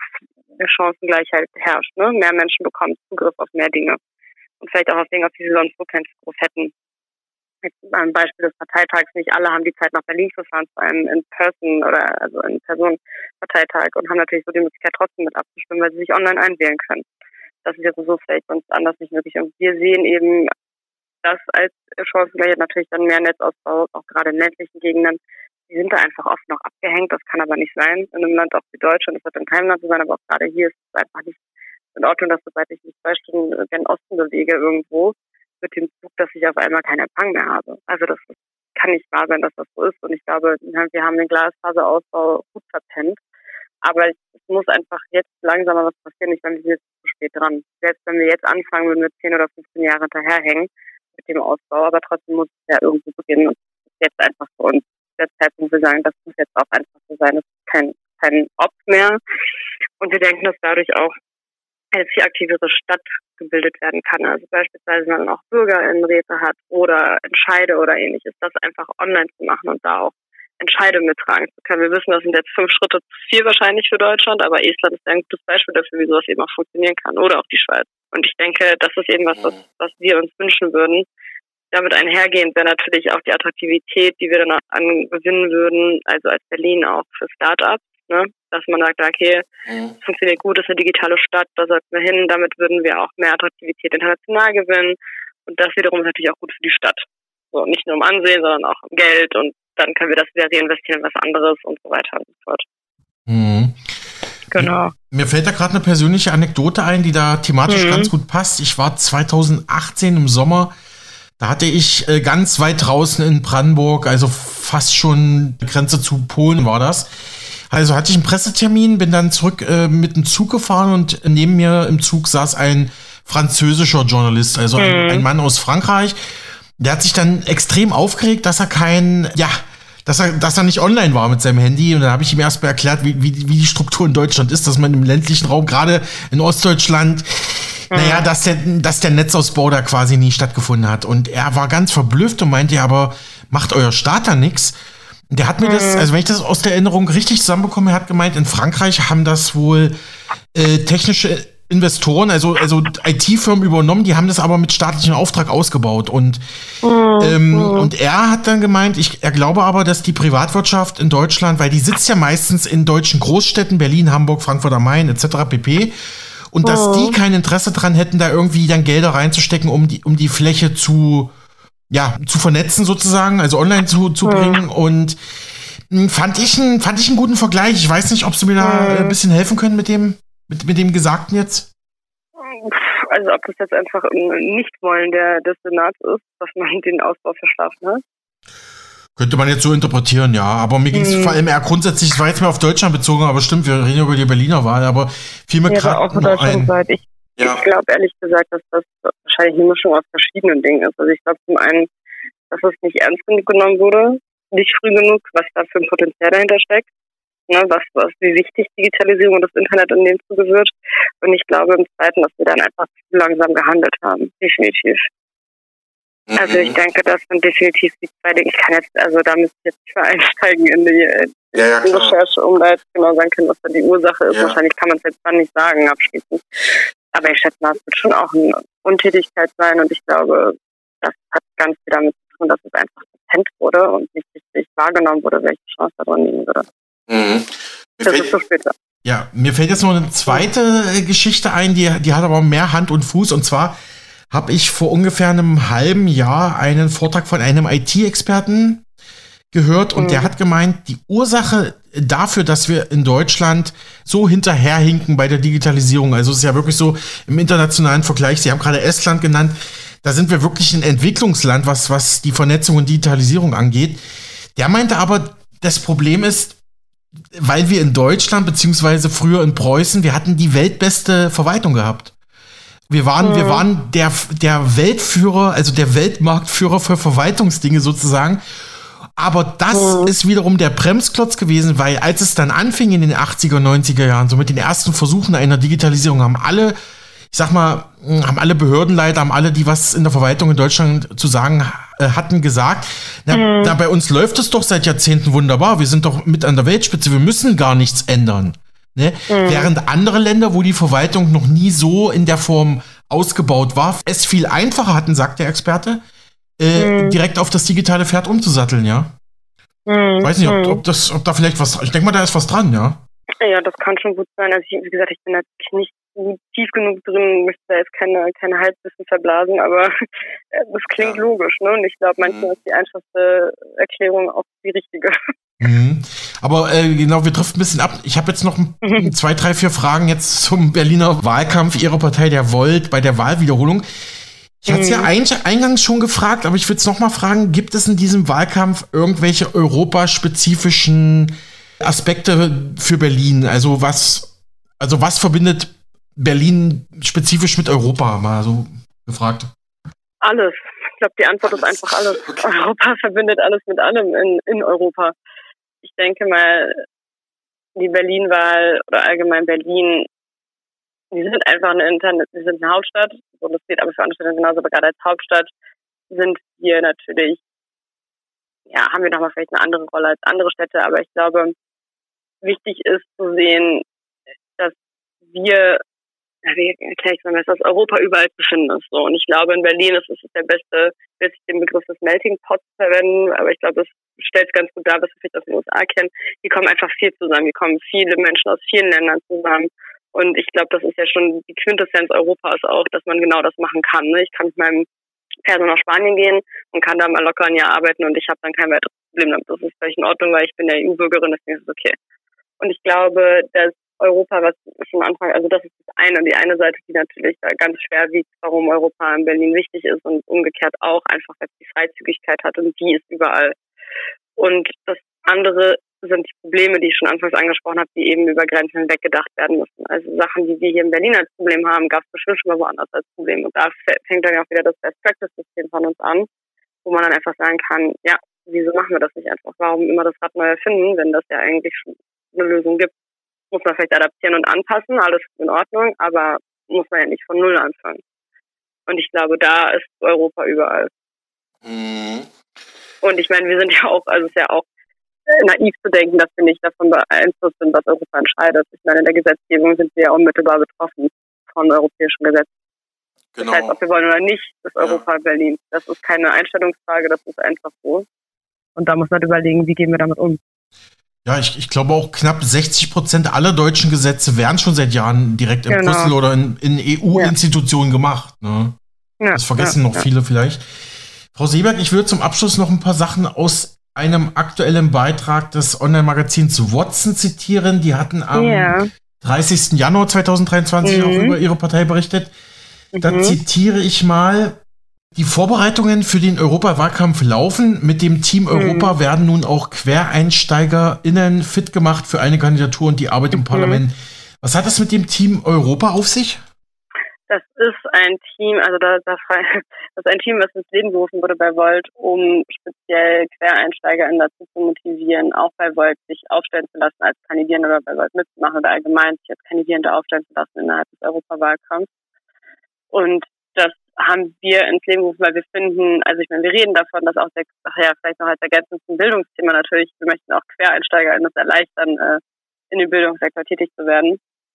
D: eine Chancengleichheit herrscht. Ne? Mehr Menschen bekommen Zugriff auf mehr Dinge. Und vielleicht auch auf Dinge, auf die sie sonst so keinen Zugriff hätten. Jetzt ein Beispiel des Parteitags. Nicht alle haben die Zeit, nach Berlin zu fahren, vor allem in Person oder also in Person-Parteitag und haben natürlich so die Möglichkeit, trotzdem mit abzustimmen, weil sie sich online einwählen können. Das ist jetzt so vielleicht sonst anders nicht möglich. Und wir sehen eben das als Chancengleichheit, natürlich dann mehr Netzausbau, auch gerade in ländlichen Gegenden. Die sind da einfach oft noch abgehängt. Das kann aber nicht sein in einem Land auch wie Deutschland. Das wird in keinem Land so sein, aber auch gerade hier ist es einfach nicht in Ordnung, dass sobald ich mich 2 Stunden gen Osten bewege irgendwo, mit dem Zug, dass ich auf einmal keinen Empfang mehr habe. Also das kann nicht wahr sein, dass das so ist. Und ich glaube, wir haben den Glasfaserausbau gut verpennt. Aber es muss einfach jetzt langsamer was passieren. Ich meine, wir sind jetzt zu spät dran. Selbst wenn wir jetzt anfangen, würden wir 10 oder 15 Jahre hinterherhängen mit dem Ausbau. Aber trotzdem muss es ja irgendwo beginnen. Und das ist jetzt einfach für uns der Zeitpunkt, wir sagen, das muss jetzt auch einfach so sein. Das ist kein Ob mehr. Und wir denken, dass dadurch auch eine viel aktivere Stadt gebildet werden kann. Also beispielsweise, wenn man auch BürgerInnenräte hat oder Entscheide oder ähnliches, das einfach online zu machen und da auch Entscheide mittragen zu können. Wir wissen, das sind jetzt 5 Schritte zu viel wahrscheinlich für Deutschland, aber Estland ist ein gutes Beispiel dafür, wie sowas eben auch funktionieren kann. Oder auch die Schweiz. Und ich denke, das ist eben was wir uns wünschen würden. Damit einhergehend wäre natürlich auch die Attraktivität, die wir dann auch angewinnen würden, also als Berlin auch für Start-ups, ne? Dass man sagt, okay, es funktioniert gut, es ist eine digitale Stadt, da sollten wir hin, damit würden wir auch mehr Attraktivität international gewinnen und das wiederum ist natürlich auch gut für die Stadt. So, nicht nur im Ansehen, sondern auch im Geld und dann können wir das wieder reinvestieren in was anderes und so weiter und so fort. Genau.
C: Mir fällt da gerade eine persönliche Anekdote ein, die da thematisch ganz gut passt. Ich war 2018 im Sommer Da hatte ich ganz weit draußen in Brandenburg, also fast schon Grenze zu Polen war das. Also hatte ich einen Pressetermin, bin dann zurück mit dem Zug gefahren und neben mir im Zug saß ein französischer Journalist, also ein Mann aus Frankreich. Der hat sich dann extrem aufgeregt, dass er nicht online war mit seinem Handy. Und dann habe ich ihm erstmal erklärt, wie die Struktur in Deutschland ist, dass man im ländlichen Raum, gerade in Ostdeutschland, dass der Netzausbau da quasi nie stattgefunden hat. Und er war ganz verblüfft und meinte, ja, aber macht euer Staat da nichts? Der hat mir das, also wenn ich das aus der Erinnerung richtig zusammenbekomme, er hat gemeint, in Frankreich haben das wohl technische Investoren, also IT-Firmen übernommen, die haben das aber mit staatlichem Auftrag ausgebaut. Und er hat dann gemeint, er glaube aber, dass die Privatwirtschaft in Deutschland, weil die sitzt ja meistens in deutschen Großstädten, Berlin, Hamburg, Frankfurt am Main etc. pp. Und dass die kein Interesse dran hätten, da irgendwie dann Gelder reinzustecken, um die Fläche zu vernetzen sozusagen, also online zu bringen. Und fand ich einen guten Vergleich. Ich weiß nicht, ob Sie mir da ein bisschen helfen können mit dem Gesagten jetzt.
D: Also ob das jetzt einfach ein Nichtwollen des Senats ist, dass man den Ausbau verschlafen hat.
C: Könnte man jetzt so interpretieren, ja. Aber mir ging es vor allem eher grundsätzlich, es war jetzt mehr auf Deutschland bezogen, aber stimmt, wir reden über die Berliner Wahl, aber fiel mir gerade
D: auch noch ein. Ich glaube ehrlich gesagt, dass das wahrscheinlich eine Mischung aus verschiedenen Dingen ist. Also ich glaube zum einen, dass es nicht ernst genug genommen wurde, nicht früh genug, was da für ein Potenzial dahinter steckt, ne, wie wichtig Digitalisierung und das Internet in dem Zuge wird. Und ich glaube im Zweiten, dass wir dann einfach zu langsam gehandelt haben, definitiv. Also ich denke, dass man definitiv die zwei Dinge, da müsste ich jetzt nicht mehr einsteigen in die Recherche, um da jetzt genau sagen können, was da die Ursache ist. Wahrscheinlich kann man es jetzt dann nicht sagen, abschließend. Aber ich schätze mal, es wird schon auch eine Untätigkeit sein und ich glaube, das hat ganz viel damit zu tun, dass es einfach verpennt wurde und nicht richtig wahrgenommen wurde, welche Chance da drin liegen würde. Das ist so später.
C: Ja, mir fällt jetzt noch eine zweite Geschichte ein, die hat aber mehr Hand und Fuß, und zwar habe ich vor ungefähr einem halben Jahr einen Vortrag von einem IT-Experten gehört und der hat gemeint, die Ursache dafür, dass wir in Deutschland so hinterherhinken bei der Digitalisierung, also es ist ja wirklich so im internationalen Vergleich, Sie haben gerade Estland genannt, da sind wir wirklich ein Entwicklungsland, was die Vernetzung und Digitalisierung angeht. Der meinte aber, das Problem ist, weil wir in Deutschland, beziehungsweise früher in Preußen, wir hatten die weltbeste Verwaltung gehabt. Wir waren der Weltführer, also der Weltmarktführer für Verwaltungsdinge sozusagen. Aber das ist wiederum der Bremsklotz gewesen, weil als es dann anfing in den 80er, 90er Jahren, so mit den ersten Versuchen einer Digitalisierung, haben alle Behördenleiter, haben alle, die was in der Verwaltung in Deutschland zu sagen hatten, gesagt, bei uns läuft es doch seit Jahrzehnten wunderbar, wir sind doch mit an der Weltspitze, wir müssen gar nichts ändern. Ne? Während andere Länder, wo die Verwaltung noch nie so in der Form ausgebaut war, es viel einfacher hatten, sagt der Experte, direkt auf das digitale Pferd umzusatteln, ja. Weiß nicht, ob da vielleicht was, ich denke mal, da ist was dran, ja.
D: Ja, das kann schon gut sein. Also wie gesagt, ich bin da nicht tief genug drin, möchte da jetzt keine Halbwissen verblasen, aber das klingt logisch, ne? Und ich glaube, manchmal ist die einfachste Erklärung auch die richtige.
C: Aber genau, wir driften ein bisschen ab. Ich habe jetzt noch 2, 3, 4 Fragen jetzt zum Berliner Wahlkampf Ihrer Partei, der Volt, bei der Wahlwiederholung. Ich hatte es ja eingangs schon gefragt, aber ich würde es nochmal fragen, gibt es in diesem Wahlkampf irgendwelche europaspezifischen Aspekte für Berlin? Also was verbindet Berlin spezifisch mit Europa? Mal so gefragt.
D: Alles. Ich glaube, die Antwort ist einfach alles. Okay. Europa verbindet alles mit allem in Europa. Ich denke mal, die Berlin-Wahl oder allgemein Berlin, die sind einfach die sind eine Hauptstadt. So, das geht aber für andere Städte genauso, aber gerade als Hauptstadt sind wir natürlich, haben wir nochmal vielleicht eine andere Rolle als andere Städte, aber ich glaube, wichtig ist zu sehen, dass dass Europa überall zu finden ist. So. Und ich glaube, in Berlin ist es der beste, will ich den Begriff des Melting Pots verwenden, aber ich glaube, es stellt es ganz gut dar, was wir vielleicht aus den USA kennen. Die kommen einfach viel zusammen. Die kommen viele Menschen aus vielen Ländern zusammen. Und ich glaube, das ist ja schon die Quintessenz Europas auch, dass man genau das machen kann. Ne? Ich kann mit meinem Perso nach Spanien gehen und kann da mal locker ein Jahr arbeiten und ich habe dann kein weiteres Problem damit. Das ist völlig in Ordnung, weil ich bin ja EU-Bürgerin, deswegen ist es okay. Und ich glaube, dass Europa, was schon Anfang, also das ist das die eine Seite, die natürlich da ganz schwer wiegt, warum Europa in Berlin wichtig ist und umgekehrt auch einfach, weil es die Freizügigkeit hat und die ist überall. Und das andere sind die Probleme, die ich schon anfangs angesprochen habe, die eben über Grenzen hinweg gedacht werden müssen. Also Sachen, die wir hier in Berlin als Problem haben, gab es bestimmt schon mal woanders als Problem. Und da fängt dann ja auch wieder das Best-Practice-System von uns an, wo man dann einfach sagen kann, ja, wieso machen wir das nicht einfach? Warum immer das Rad neu erfinden, wenn das ja eigentlich schon eine Lösung gibt? Muss man vielleicht adaptieren und anpassen, alles in Ordnung, aber muss man ja nicht von Null anfangen. Und ich glaube, da ist Europa überall. Mhm. Und ich meine, wir sind ja auch, also es ist ja auch naiv zu denken, dass wir nicht davon beeinflusst sind, was Europa entscheidet. Ich meine, in der Gesetzgebung sind wir ja unmittelbar betroffen von europäischen Gesetzen. Genau. Das heißt, ob wir wollen oder nicht, ist Europa Berlin. Das ist keine Einstellungsfrage, das ist einfach so. Und da muss man überlegen, wie gehen wir damit um.
C: Ja, ich glaube auch knapp 60% aller deutschen Gesetze werden schon seit Jahren direkt in Brüssel oder in EU-Institutionen gemacht. Ne? Ja, das vergessen noch viele vielleicht. Frau Seeberg, ich würde zum Abschluss noch ein paar Sachen aus einem aktuellen Beitrag des Online-Magazins Watson zitieren. Die hatten am 30. Januar 2023 auch über ihre Partei berichtet. Da zitiere ich mal: Die Vorbereitungen für den Europawahlkampf laufen. Mit dem Team Europa werden nun auch QuereinsteigerInnen fit gemacht für eine Kandidatur und die Arbeit im Parlament. Was hat es mit dem Team Europa auf sich?
D: Das ist ein Team, also das ist ein Team, was ins Leben gerufen wurde bei Volt, um speziell QuereinsteigerInnen dazu zu motivieren, auch bei Volt sich aufstellen zu lassen als Kandidierende oder bei Volt mitzumachen oder allgemein sich als Kandidierende aufstellen zu lassen innerhalb des Europawahlkampfs. Und das haben wir ins Leben gerufen, weil wir finden, also ich meine, wir reden davon, dass auch vielleicht noch als Ergänzung zum Bildungsthema natürlich, wir möchten auch QuereinsteigerInnen das erleichtern, in dem Bildungssektor tätig zu werden.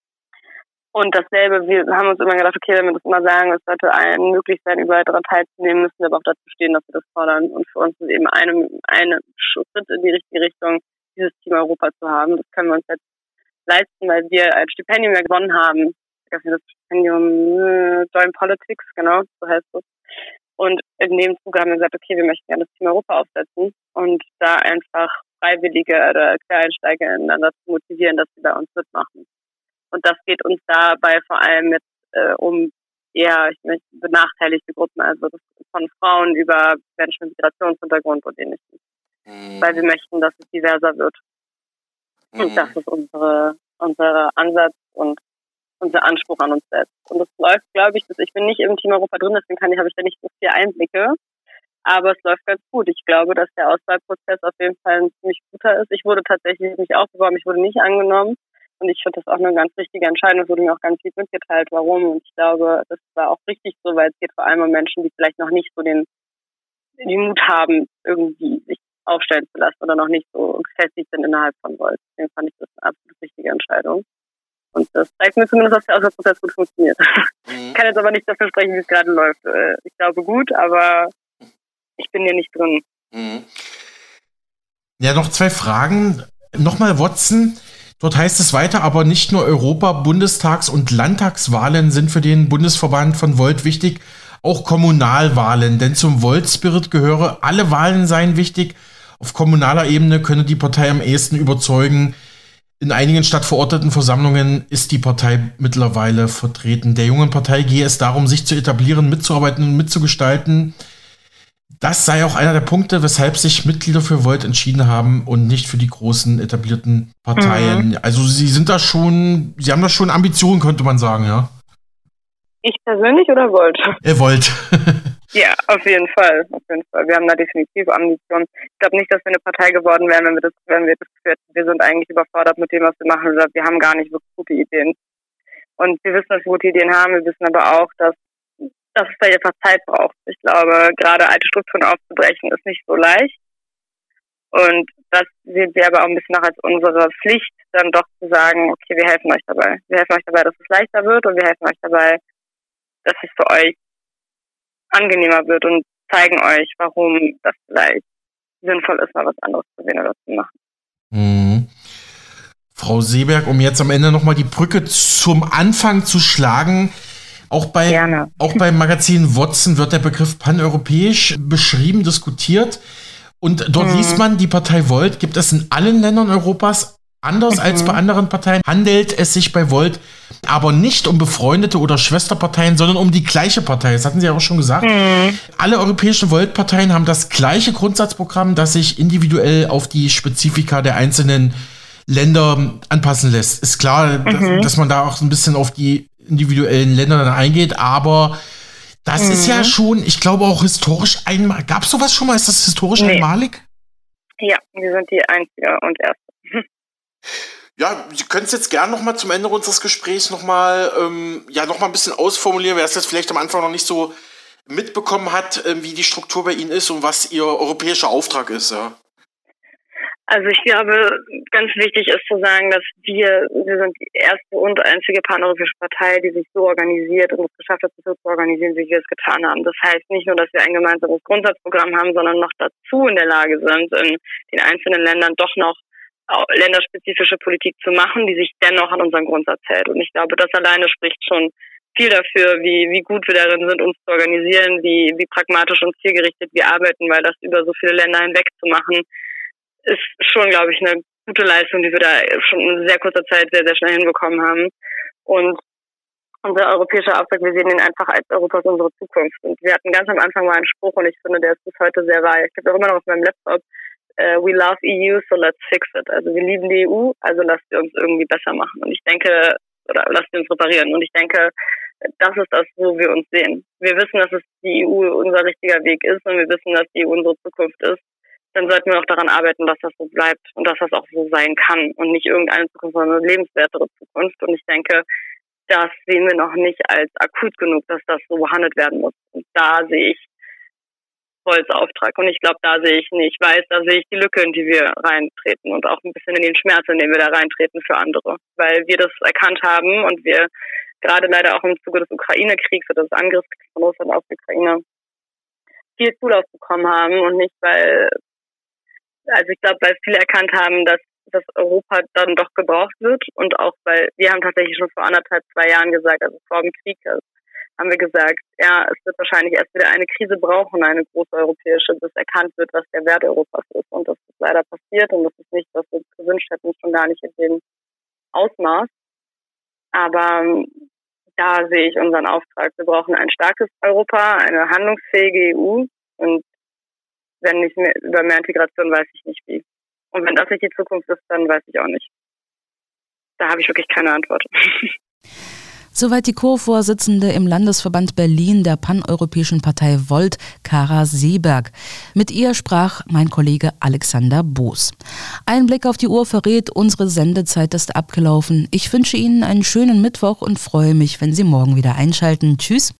D: Und dasselbe, wir haben uns immer gedacht, okay, wenn wir das immer sagen, es sollte allen möglich sein, überall daran teilzunehmen, müssen wir aber auch dazu stehen, dass wir das fordern. Und für uns ist eben eine Schritt in die richtige Richtung, dieses Team Europa zu haben. Das können wir uns jetzt leisten, weil wir ein Stipendium ja gewonnen haben. Das Stipendium Join Politics, genau, so heißt es. Und in dem Zuge haben wir gesagt, okay, wir möchten gerne das Team Europa aufsetzen und da einfach Freiwillige oder QuereinsteigerInnen dann dazu motivieren, dass sie bei uns mitmachen. Und das geht uns dabei vor allem mit um eher benachteiligte Gruppen, also von Frauen über Menschen mit Migrationshintergrund und Ähnlichem. Weil wir möchten, dass es diverser wird. Und das ist unser Ansatz und unser Anspruch an uns selbst. Und das läuft, glaube ich, ich bin nicht im Team Europa drin, deswegen habe ich da nicht so viel Einblicke. Aber es läuft ganz gut. Ich glaube, dass der Auswahlprozess auf jeden Fall ein ziemlich guter ist. Ich wurde tatsächlich nicht aufgeworben, ich wurde nicht angenommen. Und ich finde das auch eine ganz richtige Entscheidung. Es wurde mir auch ganz lieb mitgeteilt, warum. Und ich glaube, das war auch richtig so, weil es geht vor allem um Menschen, die vielleicht noch nicht so den Mut haben, irgendwie sich aufstellen zu lassen oder noch nicht so gefestigt sind innerhalb von Volt. Deswegen fand ich das eine absolut richtige Entscheidung. Und das zeigt mir zumindest, dass der Auswahlprozess gut funktioniert. Ich kann jetzt aber nicht dafür sprechen, wie es gerade läuft. Ich glaube gut, aber ich bin hier nicht drin.
C: Ja, noch 2 Fragen. Nochmal Watson. Dort heißt es weiter, aber nicht nur Europa-, Bundestags- und Landtagswahlen sind für den Bundesverband von Volt wichtig, auch Kommunalwahlen. Denn zum Volt-Spirit gehöre, alle Wahlen seien wichtig. Auf kommunaler Ebene könne die Partei am ehesten überzeugen. In einigen stadtverordneten Versammlungen ist die Partei mittlerweile vertreten. Der jungen Partei gehe es darum, sich zu etablieren, mitzuarbeiten und mitzugestalten. Das sei auch einer der Punkte, weshalb sich Mitglieder für Volt entschieden haben und nicht für die großen etablierten Parteien. Also Sie haben da schon Ambitionen, könnte man sagen, ja?
D: Ich persönlich oder Volt?
C: Volt.
D: Ja, auf jeden Fall. Wir haben da definitiv Ambitionen. Ich glaube nicht, dass wir eine Partei geworden wären, wenn wir das geführt hätten. Wir sind eigentlich überfordert mit dem, was wir machen. Wir haben gar nicht wirklich gute Ideen. Und wir wissen, dass wir gute Ideen haben. Wir wissen aber auch, dass es da einfach Zeit braucht. Ich glaube, gerade alte Strukturen aufzubrechen, ist nicht so leicht. Und das sehen wir aber auch ein bisschen noch als unsere Pflicht, dann doch zu sagen, okay, wir helfen euch dabei. Wir helfen euch dabei, dass es leichter wird und wir helfen euch dabei, dass es für euch angenehmer wird und zeigen euch, warum das vielleicht sinnvoll ist, mal was anderes zu sehen oder zu machen.
C: Frau Seeberg, um jetzt am Ende nochmal die Brücke zum Anfang zu schlagen, auch beim Magazin Watson wird der Begriff paneuropäisch beschrieben, diskutiert. Und dort liest man, die Partei Volt gibt es in allen Ländern Europas, Anders als bei anderen Parteien handelt es sich bei Volt aber nicht um befreundete oder Schwesterparteien, sondern um die gleiche Partei. Das hatten Sie ja auch schon gesagt. Alle europäischen Volt-Parteien haben das gleiche Grundsatzprogramm, das sich individuell auf die Spezifika der einzelnen Länder anpassen lässt. Ist klar, dass man da auch so ein bisschen auf die individuellen Länder dann eingeht, aber das ist ja schon, ich glaube auch historisch einmalig. Gab es sowas schon mal? Ist das historisch einmalig?
D: Ja, wir sind die einzige und erste.
C: Ja, Sie können es jetzt gerne nochmal zum Ende unseres Gesprächs nochmal ein bisschen ausformulieren, wer es jetzt vielleicht am Anfang noch nicht so mitbekommen hat, wie die Struktur bei Ihnen ist und was Ihr europäischer Auftrag ist. Ja.
D: Also ich glaube, ganz wichtig ist zu sagen, dass wir sind die erste und einzige paneuropäische Partei, die sich so organisiert und es geschafft hat, sich so zu organisieren, wie wir es getan haben. Das heißt nicht nur, dass wir ein gemeinsames Grundsatzprogramm haben, sondern noch dazu in der Lage sind, in den einzelnen Ländern doch noch länderspezifische Politik zu machen, die sich dennoch an unseren Grundsatz hält. Und ich glaube, das alleine spricht schon viel dafür, wie gut wir darin sind, uns zu organisieren, wie pragmatisch und zielgerichtet wir arbeiten, weil das über so viele Länder hinweg zu machen, ist schon, glaube ich, eine gute Leistung, die wir da schon in sehr kurzer Zeit sehr, sehr schnell hinbekommen haben. Und unser europäischer Auftrag, wir sehen ihn einfach als Europas unsere Zukunft. Und wir hatten ganz am Anfang mal einen Spruch und ich finde, der ist bis heute sehr wahr. Ich habe auch immer noch auf meinem Laptop, we love EU, so let's fix it. Also wir lieben die EU, also lasst sie uns irgendwie besser machen. Und ich denke, oder lasst sie uns reparieren. Und ich denke, das ist das, wo wir uns sehen. Wir wissen, dass es die EU unser richtiger Weg ist und wir wissen, dass die EU unsere Zukunft ist. Dann sollten wir auch daran arbeiten, dass das so bleibt und dass das auch so sein kann und nicht irgendeine Zukunft, sondern eine lebenswertere Zukunft. Und ich denke, das sehen wir noch nicht als akut genug, dass das so behandelt werden muss. Und da sehe ich Volts Auftrag. Und ich glaube, da sehe ich die Lücke, in die wir reintreten und auch ein bisschen in den Schmerz, in den wir da reintreten für andere. Weil wir das erkannt haben und wir gerade leider auch im Zuge des Ukraine-Kriegs oder des Angriffskriegs von Russland auf die Ukraine viel Zulauf bekommen haben und nicht, weil viele erkannt haben, dass Europa dann doch gebraucht wird und auch, weil wir haben tatsächlich schon vor 2 Jahren gesagt, also vor dem Krieg, haben wir gesagt, ja, es wird wahrscheinlich erst wieder eine Krise brauchen, eine große europäische, bis erkannt wird, was der Wert Europas ist. Und das ist leider passiert und das ist nicht, was wir uns gewünscht hätten, schon gar nicht in dem Ausmaß. Aber da sehe ich unseren Auftrag. Wir brauchen ein starkes Europa, eine handlungsfähige EU und wenn nicht mehr über mehr Integration, weiß ich nicht wie. Und wenn das nicht die Zukunft ist, dann weiß ich auch nicht. Da habe ich wirklich keine Antwort.
B: Soweit die Co-Vorsitzende im Landesverband Berlin der paneuropäischen Partei Volt, Kara Seeberg. Mit ihr sprach mein Kollege Alexander Boos. Ein Blick auf die Uhr verrät, unsere Sendezeit ist abgelaufen. Ich wünsche Ihnen einen schönen Mittwoch und freue mich, wenn Sie morgen wieder einschalten. Tschüss.